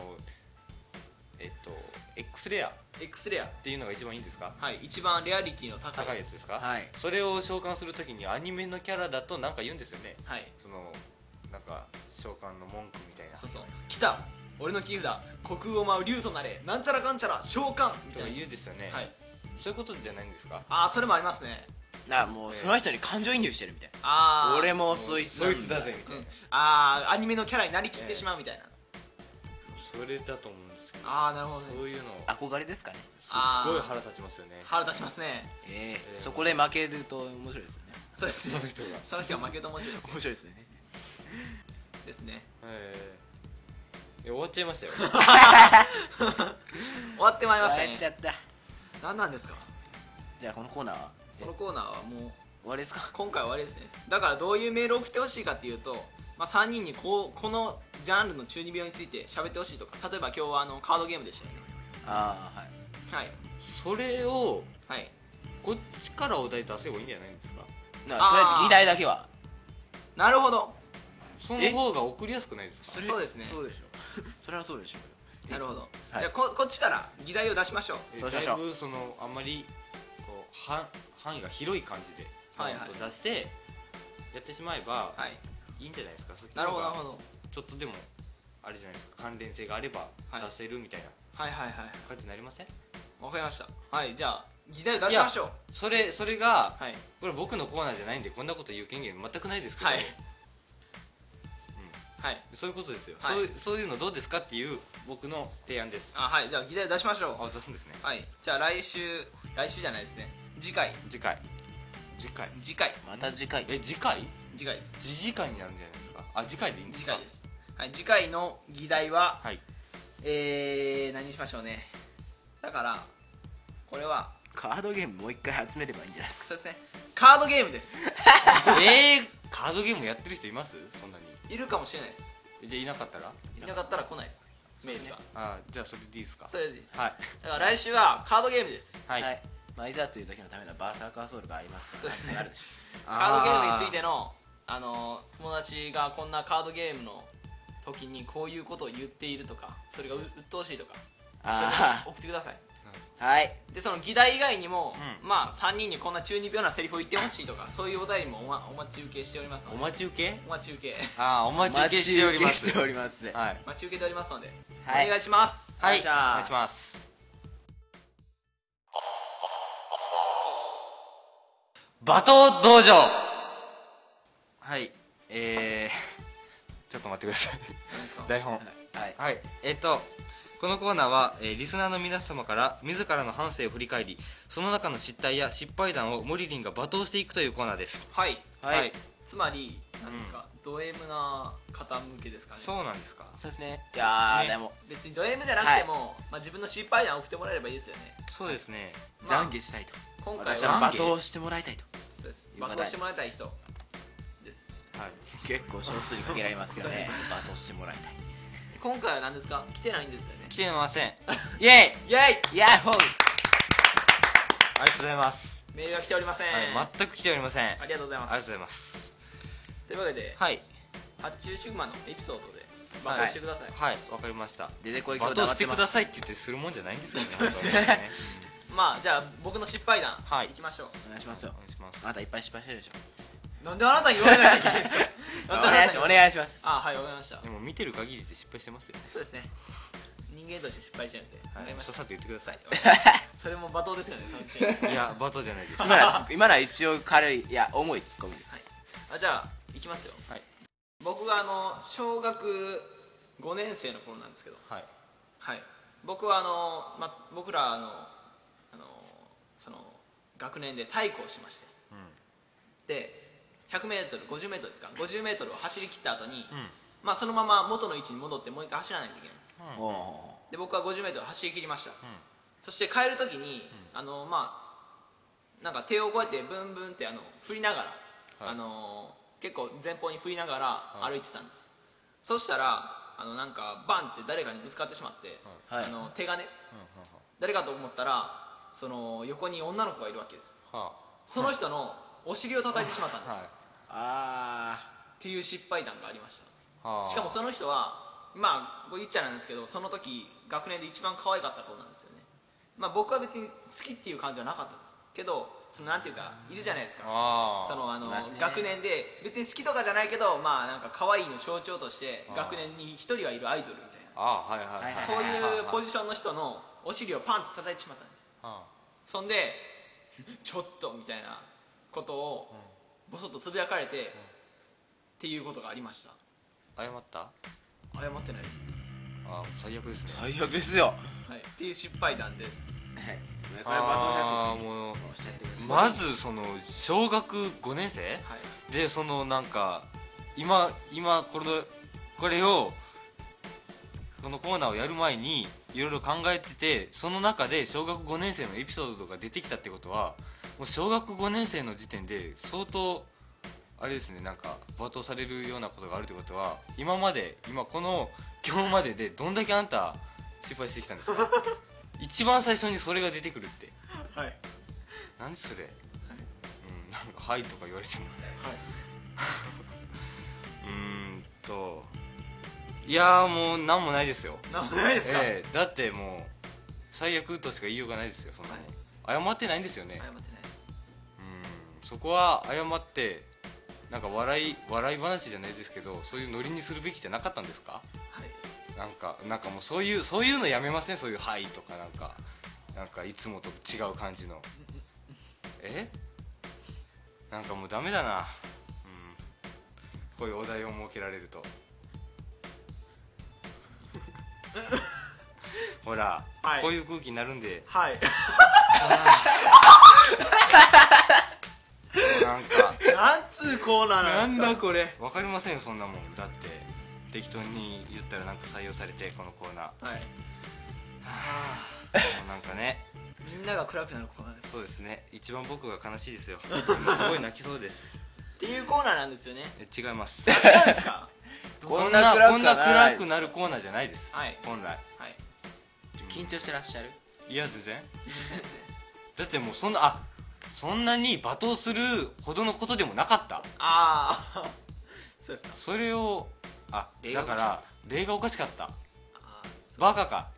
X レアっていうのが一番いいんですか？
はい、一番レアリティの高い
やつですか？
はい。
それを召喚するときにアニメのキャラだとなんか言うんですよね。
はい。
そのなんか召喚の文句みたいな。
そう。来た。俺の切り札、国語舞う竜となれ、なんちゃらかんちゃら召喚みたいな
言うんですよね。
はい。
そういうことじゃないんですか？
それもありますね。
もうその人に感情移入してるみたい
な。
俺もそいつ
だぜみたい
な。アニメのキャラになりきってしまうみたいな。
それだと思うんですけど。
なるほどね。
そういうの
憧れですかね。
すっごい腹立ちますよね。
腹立ちますね。
そこで負けると面白いですよね。
そうですね。その人が負けると面白いです。
面白いですね。
ですね。
終わっちゃいましたよ。
終わってまいりましたね。
終わっちゃった。
何なんですか？
じゃあこのコーナーは
もう終
わりですか？
今回は終わりですね。だからどういうメールを送ってほしいかっていうと、3人にこのジャンルの中二病について喋ってほしいとか、例えば今日はカードゲームでしたよね。はい。
それを
はい
こっちからお題出せばいいんじゃないんですか？
とりあえず議題だけは。
なるほど。
その方が送りやすくないですか？
そうですね。
そうでしょ。それはそうでしょう。
なるほど。じゃあこっちから議題を出しましょう。
そうしましょう。
だいぶあんまりこう範囲が広い感じで出してやってしまえばいいんじゃないですか？そっちの方がちょっとでもあれじゃないですか、関連性があれば出せるみたいな感じになりません？
わかりました。はい、じゃあ議題を出しましょう。
それがこれ僕のコーナーじゃないんでこんなこと言う権限全くないですけど、そういうことですよ。そういうのどうですかっていう僕の提案です。
はい、じゃあ議題を出しましょう。
出すんですね。
はい、じゃあ来週じゃないですね。次回
また次回。
次回
です。
次回になるんじゃないですか？次回でいいんですか？
次回です。はい、次回の議題は何にしましょうね。だからこれは
カードゲームもう一回集めればいいんじゃないですか？
そうですね。カードゲームです。
カードゲームやってる人います？そんなに
いるかもしれないです。
じゃあいなかったら
来ないです。メールが。
じゃあそれでいいですか？
それでいいです。
はい。
だから来週はカードゲームです。
はい。いざという時のためのバーサーカーソウルがありますから。
そうですね。
なるでしょう。
カードゲームについての友達がこんなカードゲームの時にこういうことを言っているとか、それが鬱陶しいとか、
あ
送ってください。
あ、はい。
でその議題以外にも、
うん
まあ3人にこんな中二病なセリフを言ってほしいとか、そういうお便りもお待ち受けしておりますので。
お待ち受け？
お待ち受け
お待ち受けしております。
待ち受けしております。
はい。
待ち受けておりますので、
はい
お願いします。
はい。お
お願いします
願いします。罵倒道場。はい。ちょっと待ってください。
何ですか？
台本。
はい。
はい。このコーナーは、リスナーの皆様から自らの半生を振り返り、その中の失態や失敗談をモリリンが罵倒していくというコーナーです。
はい、
はい。
つまり何ですか、ド M な方向けですかね。
そうなんですか？
そうですね。いやー、
ね
でも、
別にド M じゃなくても、まあ、自分の失敗談を送ってもらえればいいですよね。
そうですね。
まあ
懺悔したいと。
今回
私は
は
罵倒してもらいたいと。
そうです
いう方
罵倒してもらいたい人です。
はい。
結構少数に限られますけどね。罵倒してもらいたい。
今回は何ですか？来てないんですよね。
来てません。
イェイ
イエイ。
ヤッホー
ありがとうございます。
メールが来ておりません。
はい。全く来ておりません。
ありがとうございます。
ありがとうございます。
というわけで、
はい。
発注シグマのエピソードで罵倒してください。
はい。わかりました。
出てこい、
罵
今日黙ってます。
倒してくださいって言ってするもんじゃないんですよね。本当にね。
まあじゃあ僕の失敗談、
はい
いきましょう。
お願いしますよ
お。願いします。
あなたいっぱい失敗してるでしょ。
なんであなたに言われないといけないんですか？
お願いします。お願いします。
あ、はい、わかりました
で。も見てる限りで失敗してますよ。
そうですね。人間として失敗してるんで、わかりました。
さっと言ってください。
それも罵倒ですよね、その時点で。
いや、罵倒じゃないです。
今のは一応軽い、いや、重いツッコミです。
はい。あ、じゃあいきますよ。
はい。
僕が小学5年生の頃なんですけど、
はい。
はい。僕は僕らその学年で体育をしまして、で 100m、50m ですか、50m を走り切った後に、まあそのまま元の位置に戻ってもう一回走らないといけないんです。
お
で僕は 50m 走り切りました。そして帰るときに、まあなんか手をこうやってブンブンって振りながら、
はい
結構前方に振りながら
はい
歩いてたんです。そしたらなんかバンって誰かにぶつかってしまって、
はい
手がね、誰かと思ったらその横に女の子がいるわけです。その人のお尻を叩いてしまったんです、
あ
っていう失敗談がありました。
はあ
しかもその人はまあこう言っちゃなんですけど、その時学年で一番可愛かった子なんですよね。まあ僕は別に好きっていう感じはなかったんですけど、そのなんていうかいるじゃないですか、その
ますね
学年で別に好きとかじゃないけど、まあなんか可愛いの象徴として学年に一人はいるアイドルみたいな、
はいはいはい。
そういうポジションの人のお尻をパンと叩いてしまったんです。そんでちょっとみたいなことをボソッとつぶやかれて、っていうことがありました。
謝った？
謝ってないです。
最悪ですね。
最悪ですよ。
はい、っていう失敗談です。
はいこれ罵倒しやすい。
もう
おっしゃってください。
まずその小学5年生
はい
でそのなんか今これをこのコーナーをやる前にいろいろ考えてて、その中で小学5年生のエピソードが出てきたってことは、もう小学5年生の時点で相当あれですね、なんか罵倒されるようなことがあるってことは、今日まででどんだけあんた失敗してきたんですか？一番最初にそれが出てくるって、
はい
何それ、なんかはいとか言われてもいやーもうなんもないですよ。
なんもないですか？
だってもう最悪としか言いようがないですよ。そんなの、謝ってないんですよね。
謝ってないです。
そこは謝ってなんか笑い話じゃないですけど、そういうノリにするべきじゃなかったんですか？
はい。
なんかもうそういうのやめません？そういうはいとかなんかいつもと違う感じのなんかもうダメだな。こういうお題を設けられるとほら、
はい
こういう空気になるんで、
はい。
なんか
なんつうコーナーなんですか？
これ。
わかりませんよそんなもん。だって適当に言ったらなんか採用されて、このコーナー
はい。
もうなんかね、
みんなが暗くなるコーナーです。
そうですね、一番僕が悲しいですよ。すごい泣きそうです。
っていうコーナーなんですよね。
違います。
違うんですか？
こんな暗く
くなるコーナーじゃないです、
はい
本来。
はい。
緊張してらっしゃる？
いや全然。だってもうそんなそんなに罵倒するほどのことでもなかった。
ああそうですか。
それをだから例がおかしかった。
あ
バカか。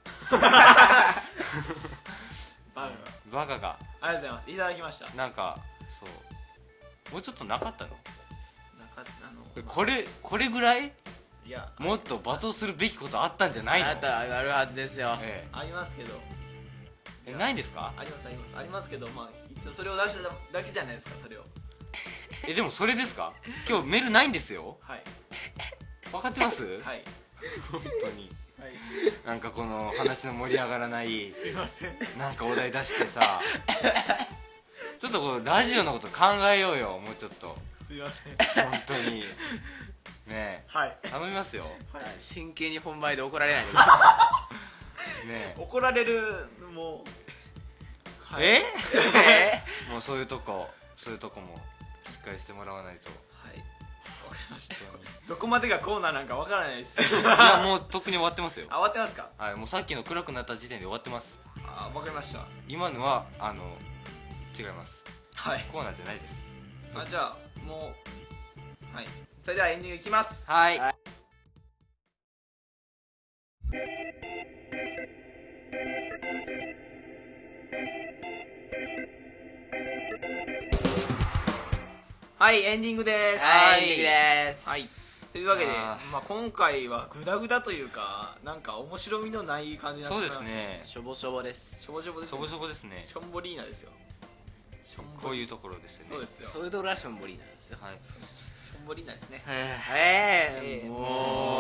バ
バカか。
カありがとうございます。いただきました。
なんかそうもうちょっとなかったの。これぐらい
いや
もっと罵倒するべきことあったんじゃないの。
あるはずですよ。
ありますけど。
ないんですか。
ありますけど、まあ一応それを出しただけじゃないですか、それを。
でもそれですか。今日メールないんですよ。
はい。
分かってます。
はい。
本当に
はい。
なんかこの話の盛り上がらない
すいません。
なんかお題出してさちょっとこうラジオのこと考えようよ、もうちょっと。
すいません。
本当にねえ、
はい。
頼みますよ。
はい。
真剣に本番で怒られないで
ね
怒られるもう。はい
えもうそういうとこもしっかりしてもらわないと。
はい。わかりました。
本当に
どこまでがコーナーなんかわからないです。
いやもうとっくに終わってますよ。
あ、終わってますか。
はい、もうさっきの暗くなった時点で終わってます。
あ、わかりました。
今のは違います。
はい。
コーナーじゃないです。
じゃあもうはい。それではエンディングいきます。
はい、
はい
はい、エンディングです。
はいエンディングです
はい。というわけで、
あ
今回はグダグダというか、なんか面白みのない感じになって
そう
しまいました。
ですね。
しょぼしょぼです。
しょぼしょぼですね。
しょぼしょぼですね。
しょんぼりーなですよ。しょんぼり
こういうところですよね。
そうですよ。
そういうところはしょんぼりなんですよ。
はい。
しょんぼりーなですね。
もう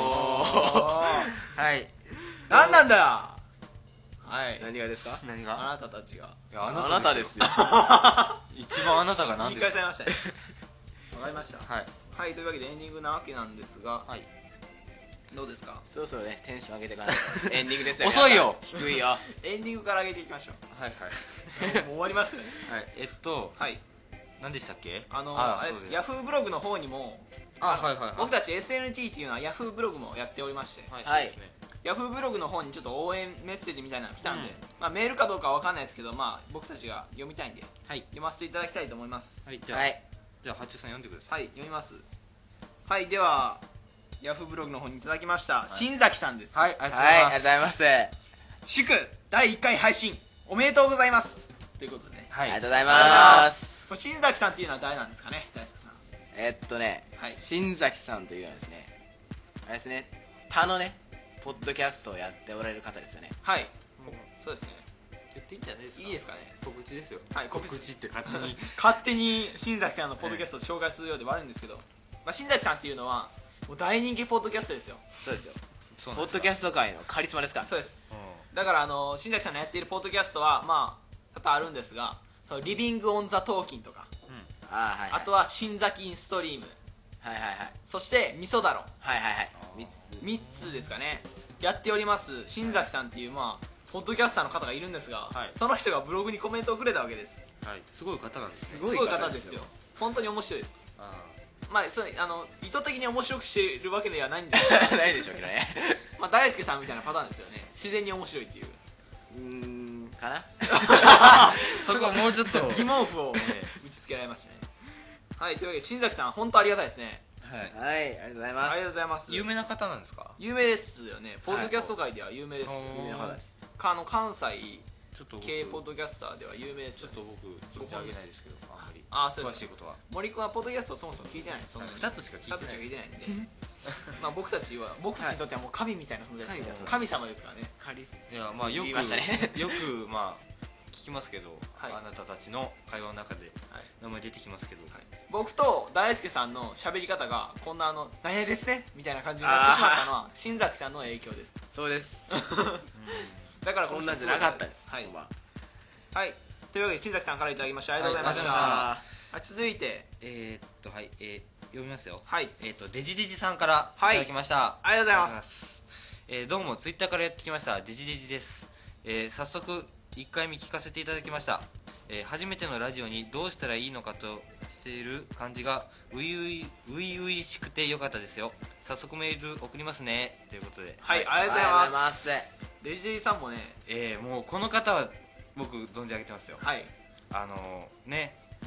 はい。
なんなんだよ。はい。
何がですか。
何が。
あなたたちが。
いや
あなたですよ。
一番あなたが何
言い
ですか。
返されましたね。わかりました。
はい。
はい、というわけでエンディングなわけなんですが、
はい。
どうですか。
そろそろねテンション上げていかないとエンディングですよ。
遅いよ
皆さん低いよ。
エンディングから上げていきましょう。
はい
もう終わりますよね。
はい。
はい。
何でしたっけ。
そうです。ヤフーブログの方にも、
はい。
僕たち SNT っていうのはヤフーブログもやっておりまして、
はい。
はい
そうですね。
ヤフーブログの方にちょっと応援メッセージみたいなの来たんで、
うん
メールかどうかは分かんないですけど、僕たちが読みたいんで
はい。
読ませていただきたいと思います。
はい。じゃあ、
はい
じゃあ八中さん読んでください。
はい、読みます。はい、ではヤフーブログの方にいただきました、新崎さんです。
はい。ありがとうご
はい、あり
ざいます。
がとうございます。
祝第1回配信おめでとうございますということでね、
はい。
ありがとうございます。
これ新崎さんっていうのは誰なんですかね、大輔さん。
はい、
はい
新崎さんというのはですね、あれですね、他のね、ポッドキャストをやっておられる方ですよね。
はい、そうですね。
言っていいんじゃないですか。
いいですかね。
告知ですよ。
はい
告知って勝手に。
勝手に新崎さんのポッドキャストを紹介するようではあるんですけど、新崎さんっていうのはもう大人気ポッドキャストですよ。
そうですよ。
そう
ポッドキャスト界のカリスマですから。
そうです。
う
だから新崎さんのやっているポッドキャストは多々あるんですが、リビングオンザトーキンとか、
ん。
あー、はい、はい。
あとは新崎インストリーム、
はいはいはい。
そして味噌だろ、
はいはいはい。
3つですかね、やっております新崎さんっていうポッドキャスターの方がいるんですが、
はい
その人がブログにコメントをくれたわけです。
はい。すごい方なんですね。
すごい方ですよ。
本当に面白いです。
あ
意図的に面白くしているわけではないんですが
ないでしょうけどね。
大輔さんみたいなパターンですよね。自然に面白いっていう
かな。
そこはもうちょっと
疑問符を、打ち付けられましたね。はい、というわけで新崎さん本当ありがたいですね。
はい。
はい、ありがとうございます。
ありがとうございます。
有名な方なんですか。
有名ですよね。ポッドキャスト界では有名です。
はい
有名な方です。
関西
ちょっと僕
系ポッドキャスターでは有名ですよね。
ちょっと僕存じ上げないですけど、あんまり
そうです
詳しいことは。
森君はポッドキャストをそもそも聞いてないです。そんなに
2つしか聞いてない
2つしか聞いてないんで僕たちにとってはもう神みたいな存在です。
神
様ですからね。
カリス
いやよく
言いましたね
よく聞きますけど、
はい
あなたたちの会話の中で
はい
名前出てきますけど、
僕と大輔さんの喋り方がこんな何々ですねみたいな感じになってしまったのは新崎さんの影響です。
そうです。
だから
こんなんじゃなかったです。
はい
ほんま
はい、というわけで新崎さんからいただきました。ありがとうございました。
は
続いて
はい読みますよ。
はい
デジデジさんからい
はい
ただきました。
ありがとうございます
どうもツイッターからやってきましたデジデジです。早速1回目聞かせていただきました。初めてのラジオにどうしたらいいのかとしている感じが初々しくてよかったですよ。早速メール送りますねということで、
はい、ありがとうございます。デジデジさんもね、
もうこの方は僕存じ上げてますよ。
はい、
ね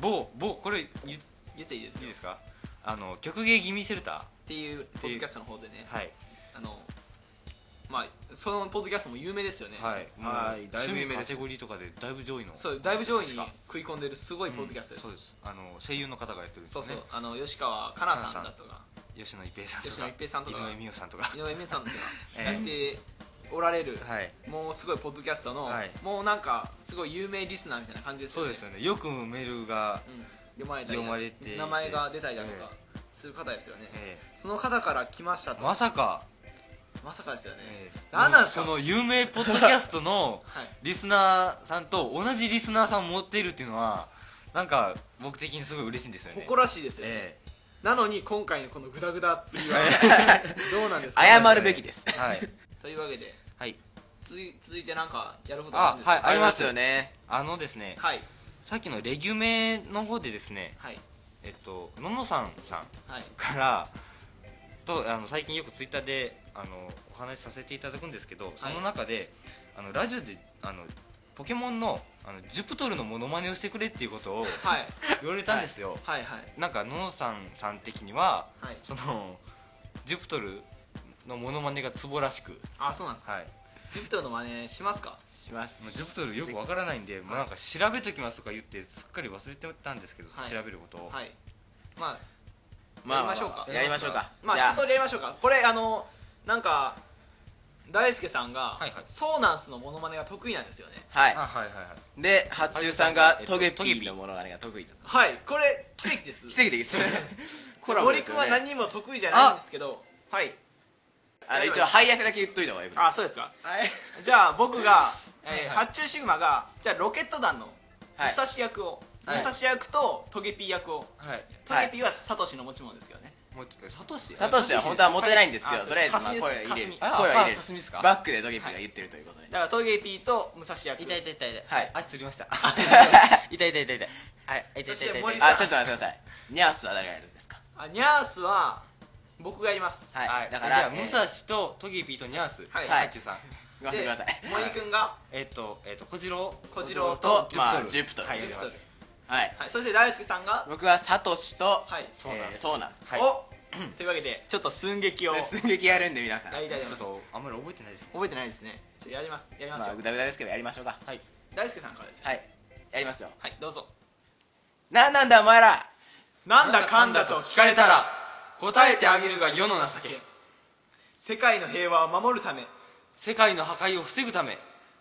これ言
っていいですよ。
いいですか？曲芸ギミシェルター
っていうポッドキャストの方でね、
はい
まあそのポッドキャストも有名ですよね。
はい、もう
はいだいぶ有名です
趣味カテゴリーとかでだいぶ上位の、
そうだいぶ上位に
確か
食い込んでるすごいポッドキャストです。
そうです。声優の方がやってるんです
そう
よね。
そう吉川かなさんだとか
吉野一平さんとか
吉野一平さんとか
井上美桜さんとか
井上美さんとかやっておられる、
はい
もうすごいポッドキャストの、
はい
もうなんかすごい有名リスナーみたいな感じですよね。
そうですよね。よくメールが、
読まれたり
読まれていて
名前が出たりだとかする方ですよね、
え
その方から来ましたと。
まさか、
まさかですよね、
え
なんなんですか
その有名ポッドキャストの
はい
リスナーさんと同じリスナーさんを持っているっていうのはなんか僕的にすごい嬉しいんですよね。
誇らしいですよね、
え
なのに今回のこのグダグダっぷりはどうなんですか、
謝るべきです。
はい
というわけで
はい
続いてなんかやることあるんですか？
はい
ありますよね。
ですね、
はい
さっきのレギュメの方でですね、
はい
ののさん
はい
からと最近よくツイッターでお話しさせていただくんですけど、その中でラジオでポケモンのジュプトルのモノマネをしてくれっていうことを
はい
言われたんですよ、
はいはい
なんかののさん的には、
はい
そのジュプトルのモノマネがツボらしく、
あ、そうなんですか。
はい、
ジュピトルの真似しますか？
します
ジュプトルよくわからないんで、もうなんか調べときますとか言ってすっかり忘れてたんですけど、
はい
調べることを、
はい。ま
まあ
やりましょうか
やりましょうか。
あまあ
じゃ
一通りやりましょうか。これなんか大輔さんが、
はいはい
ソーナンスのモノマネが得意なんですよね。
はい
あ、はいはいはい
で八中さんが
はい
トゲピーのものがねが得意だ。
はい。これ奇跡です。
奇跡的です。コラボで
森君
すよね。
は何にも得意じゃないんですけど、はい。
一応配役だけ言っといた方がいいか
あ、そうですか。じゃあ僕が、
はいはい
発注シグマがじゃあロケット団の
はい
武蔵役を、
はい
武蔵役とトゲピー役を、
はい
トゲピーはサトシの持ち物ですけどね。
もうサトシ
サトシは本当は持てないんですけど、
はい
とりあえずまあ
かすみ
声を入れる。
か
すみ
声を入れる
かすみですか。
バックでトゲピーが言ってるということで。
だからトゲピーと武蔵役。
痛い痛い痛い痛い、
はい
足つりました痛い痛い痛い痛いはい痛い痛い痛い痛い
そして森
あ、ちょっと待ってください。ニャースは誰がやるんですか？
あ、ニャースは僕がやります。
はい。だか
じゃあ
ら、
武蔵とトゲピーとニャース、
はい
ハッチュさん、
ごめんなさい。
森君が、
小次郎
小次郎
と
ジュプトル、
まあジュプトル
はい、
ジュプトル
やります。
はい。
はい、そして大輔さんが、
僕はサトシと、
はい、
そうなんです
そうなんです。
はい
おというわけでちょっと寸劇を
寸劇やるんで皆さん。
やりたいと
ちょ
思います。
っとあんまり覚えてないですね。
覚えてないですね。やりますよ。
まあグダグダですけどやりましょうか。
はい。
大輔さんからですよ。
はい。やりますよ。
はい、どうぞ。
なんなんだお前ら。
なんだかんだと聞かれたら、
答えてあげるが世の情け、
世界の平和を守るため、
世界の破壊を防ぐため、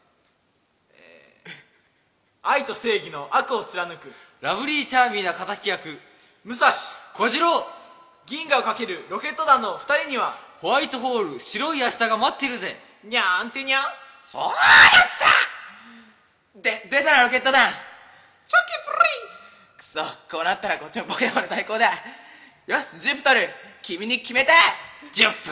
愛と正義の悪を貫く
ラブリーチャーミーな敵役
武蔵、
小次郎、
銀河をかけるロケット団の2人には、
ホワイトホール白い明日が待ってるぜ。
にゃーんてにゃん、
そうやつさ出たなロケット団。
チョキ
くそ、こうなったらこっちもポケモンの対抗だ。よし、ジュプトル、君に決めた。
ジュップ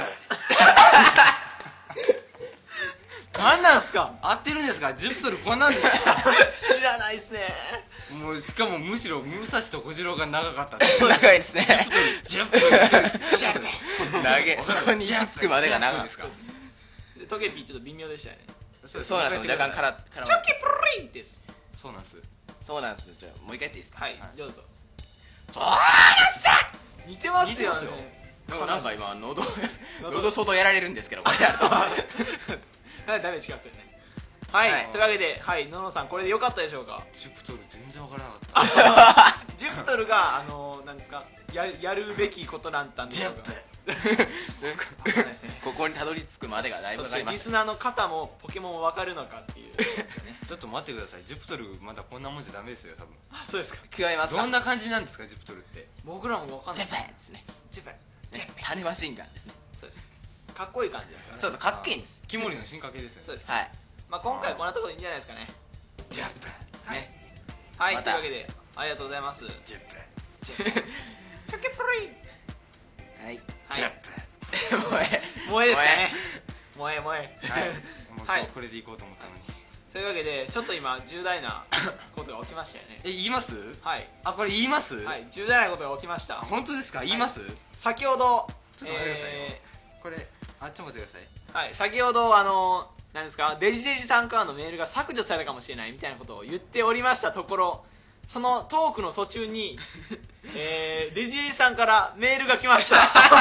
なんなんすか。
合ってるんですか？ジュプトルこんなんです
知らないっすね。
もうしかもむしろ武蔵と小次郎が長かったって
長いですね。
ジュプトルジュプトル
長い。そこに行き着くまでが長いですか。
でトゲピーちょっと微妙でしたよね。
そうなんですよ。若干から
チョキプリンです。
そうなんです。
そうなんですよ。じゃあもう一回言っていいですか。
はい、どうぞ。
そうやつさ。
似てますよね。
似てますよ
でもなんか今喉相当やられるんですけどこれやると。
ダメージきますよね。はい、
はい
というわけで、はい、ののさんこれでよかったでしょうか。
ジュプトル全然わからなかった。
ジュプトルがなんですか、やるべきことだったんでしょうか。わかんないですね。
ここにたどり着くまでがだいぶかかりました。
そしてリスナーの方もポケモンわかるのかっていうですよね。
ちょっと待ってください。ジュプトルまだこんなもんじゃダメですよ多分。
あ、そうですか。
加えますか。
どんな感じなんですかジュプトルって。
僕らもわかんない。
ジャパンですね。
ジャパン。
種マシンガンですね。
そうです。かっこいい感じですからね。
そうそうかっこいいんです。
キモリの進化系ですよね。
そうです。
はい。
まあ今回こんなところでいいんじゃないですかね。
ジャパン。
はい
ね。
はい、
また
というわけでありがとうございます。
ジャパン。
チョキプリン。
はい。
ジャ
はい。
パン。
もうえ
萌えですかね。萌え。
はい。もう
はい
今日これでいこうと思ったのに。
というわけでちょっと今重大なことが起きましたよね。
言います？
はい。
あ、これ言います？
はい、重大なことが起きました。
あ、本当ですか？言います？
先ほど、
ちょっと待ってくださいよ。これ、ちょっと待ってください。
はい、先ほど何ですか、デジデジさんからのメールが削除されたかもしれないみたいなことを言っておりましたところ、 そのトークの途中に、レジさんからメールが来ました。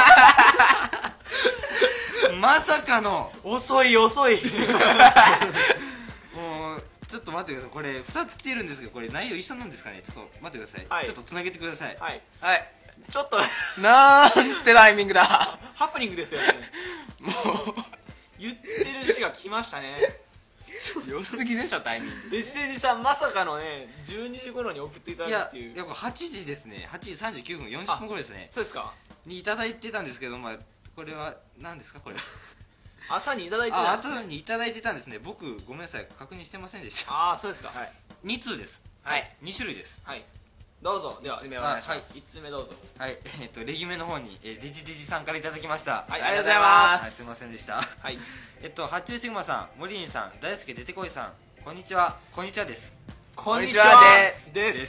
まさかの
遅い。
もうちょっと待ってください。これ2つ来てるんですけど、これ内容一緒なんですかね。ちょっと待ってください、
はい、
ちょっとつなげてください。
はい、
はい、
ちょっと
なんてタイミングだ。
ハプニングですよね。
もう
言ってる字が来ましたね。
良すぎでしょタイミング。
レジさんまさかのね、12時頃に送っていただくっていう。
いや8時ですね。8時39分40分頃ですね。
そうですか。
にいただいてたんですけど、まあこれは何ですかこれ。
朝にいただいてたんですね。
朝にいただいてたんですね。僕ごめんなさい、確認してませんでした。
ああ、そうですか。
はい、
2通です。
はい、
2種類です。
はい、どうぞ。では
1つ目お願いします。
1つ目どうぞ。
はい、レギュメの方に、デジさんからいただきました。
はい、
ありがとうございます。
はい、すいませんでした。
はい、
八中シグマさん、モリリンさん、大輔出てこいさん、こんにちは。こんにちはです。
こんにちは
です。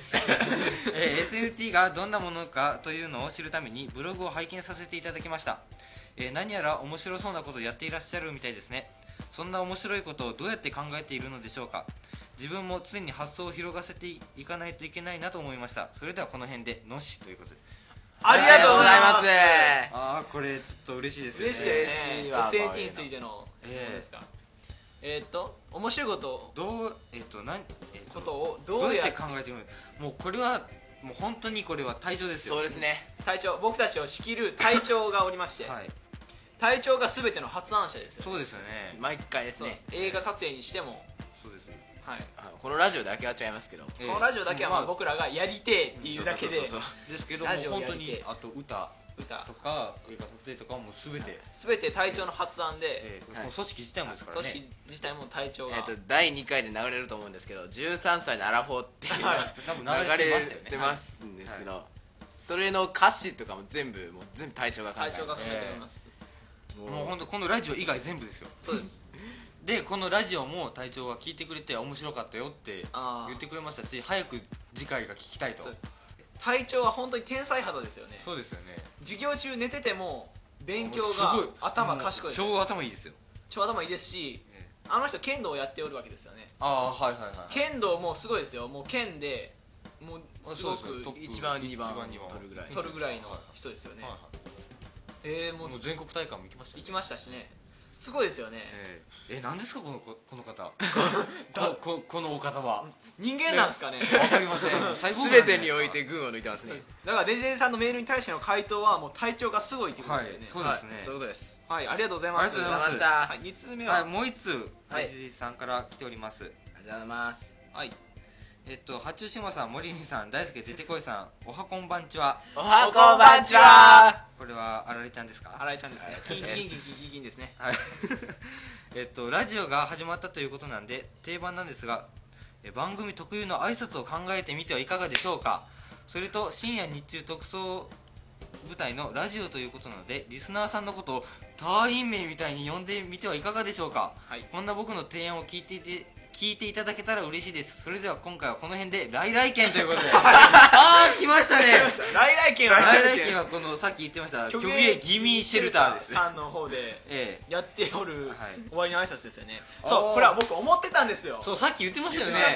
SNT がどんなものかというのを知るためにブログを拝見させていただきました。何やら面白そうなことをやっていらっしゃるみたいですね。そんな面白いことをどうやって考えているのでしょうか。自分も常に発想を広がせていかないといけないなと思いました。それではこの辺でのしということで。
ありがとうございます。
あー、これちょっと嬉しいですよね。
嬉しいですね。
嬉しいわ
SNT についての質問ですか。面白いことを
ことを
どうやって
考えているのか。もうこれはもう本当にこれは隊長ですよ。
そうですね。
隊長、僕たちを仕切る隊長がおりまして、
はい、
隊長が全ての発案者ですよ。
そうですよね。
毎回ですね。
映画撮影にしても、
そうです。
はい、
このラジオだけは違いますけど、
このラジオだけはまあ僕らがやりてえっていうだけで、
ですけども、本当にあと歌とか映画撮影とかも全て
隊長の発案で、
組織自体もですからね。
組織自体も隊長が、
第2回で流れると思うんですけど、13歳のアラフォーっていう
多分
流れてますんですけど、それの歌詞とかも全部隊長が考えて
隊長が進めております。
もう本当このラジオ以外全部ですよ。
そうです。
でこのラジオも隊長が聞いてくれて面白かったよって言ってくれましたし、早く次回が聞きたいと。
隊長は本当に天才肌ですよね。
そうですよね。
授業中寝てても勉強が頭賢いです。
超頭いいですよ。
超頭いいですし、あの人剣道をやっておるわけですよね。
ああ、はいはいはい。
剣道もすごいですよ。もう剣でもうすごく
1番2番取るぐらい
の人ですよね。
もう全国大会も行きましたね。
行きましたしね。すごいですよね。
何ですかこの方。このお方は
人間なんですかね。
わかりません。
全てにおいて群を抜いてますね。
だからレジェンさんのメールに対しての回答はもう隊長がすごいっていうことですよね。
そうですね。
そういうことです。
はい、ありがとうございます。
ありがとうございました。
はい、2通目は
もう1通レジェンさんから来ております。
ありがとうございます。
はい。
八中島さん、森林さん、大輔出てこいさん、おはこんばんちは。
おはこんばんちは。
これはあられちゃんですか？
あられちゃんですね。キンですね。
はい。ラジオが始まったということなんで定番なんですが、番組特有の挨拶を考えてみてはいかがでしょうか。それと深夜日中特捜部隊のラジオということなので、リスナーさんのことを隊員名みたいに呼んでみてはいかがでしょうか。
はい、
こんな僕の提案を聞いていただけたら嬉しいです。それでは今回はこの辺で来来県ということで来ましたね。
来来県
はこのさっき言ってました曲芸ギミーシェルターです。
さんの方でやっておる終わりの挨拶ですよね。そう、これは僕思ってたんですよ。
そう、さっき言ってましたよね。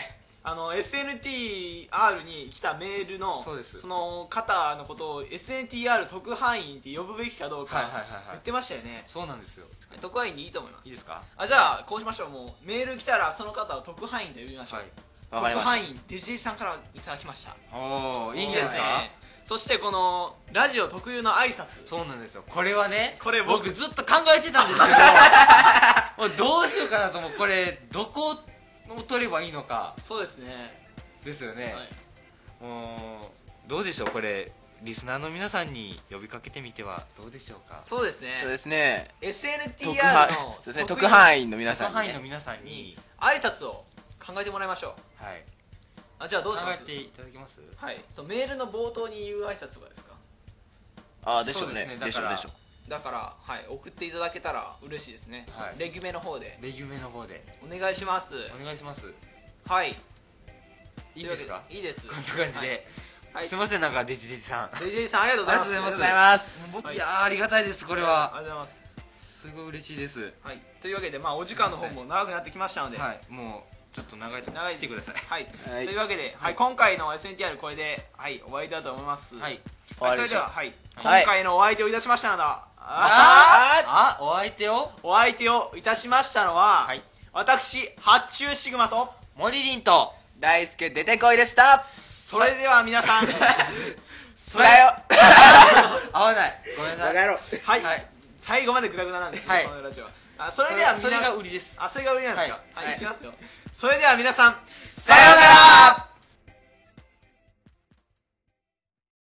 SNTR に来たメールの その方のことを SNTR 特派員って呼ぶべきかどうか言ってましたよね。
そうなんですよ。
特派員でいいと思います。
いいですか？
じゃあこうしましょう。もうメール来たらその方を特派員と呼びましょう。特派員デジさんからいただきました。
いいんですか？
そしてこのラジオ特有の挨拶。
そうなんですよ。これはね、
これ
僕ずっと考えてたんですけどもうどうしようかなと。もうこれどこを取ればいいのか。
そうですね。
ですよね。もうどうでしょう。これリスナーの皆さんに呼びかけてみてはどうでしょうか。
そうですね。
そうですね。
SNTR の
特派員の皆さん
に挨拶を考えてもらいましょう。
はい。
じゃあどうします？
考えていただけます？
はい。メールの冒頭に言う挨拶とかですか？
でしょうね。でしょう。
だから送っていただけたら嬉しいですね。レギュメの方でお願いします。はい。
いいですか？
いいです。
こんな感じで。すいません、なんかデジさん
ありがとうございます。
ありがとうございます。
いやありがたいです。これは
ありがとうございます。
すごい嬉しいです。
はい。というわけでお時間の方も長くなってきましたので、
もうちょっと長いとこ
長い
来てください。
はい、
はい
というわけで、はい、今回の SNTR これで、はい、終わりだと思います。
はい。
はい、それでは、はい、今回のお相手をいたしましたのは、
お相手を
お相手をいたしましたのは、
はい。
私、発注シグマと、
森林と、
大輔出てこいでした。
それでは皆さん、
だよ。
合わない。ごめんなさい。
バカ野郎。
はい、
はい
最後までグダグダなんですね、
はい
このラジオは。それでは
それが売りです。
それが売りなんですか。
はい
はい、いきますよ。それでは皆さん、
さようなら。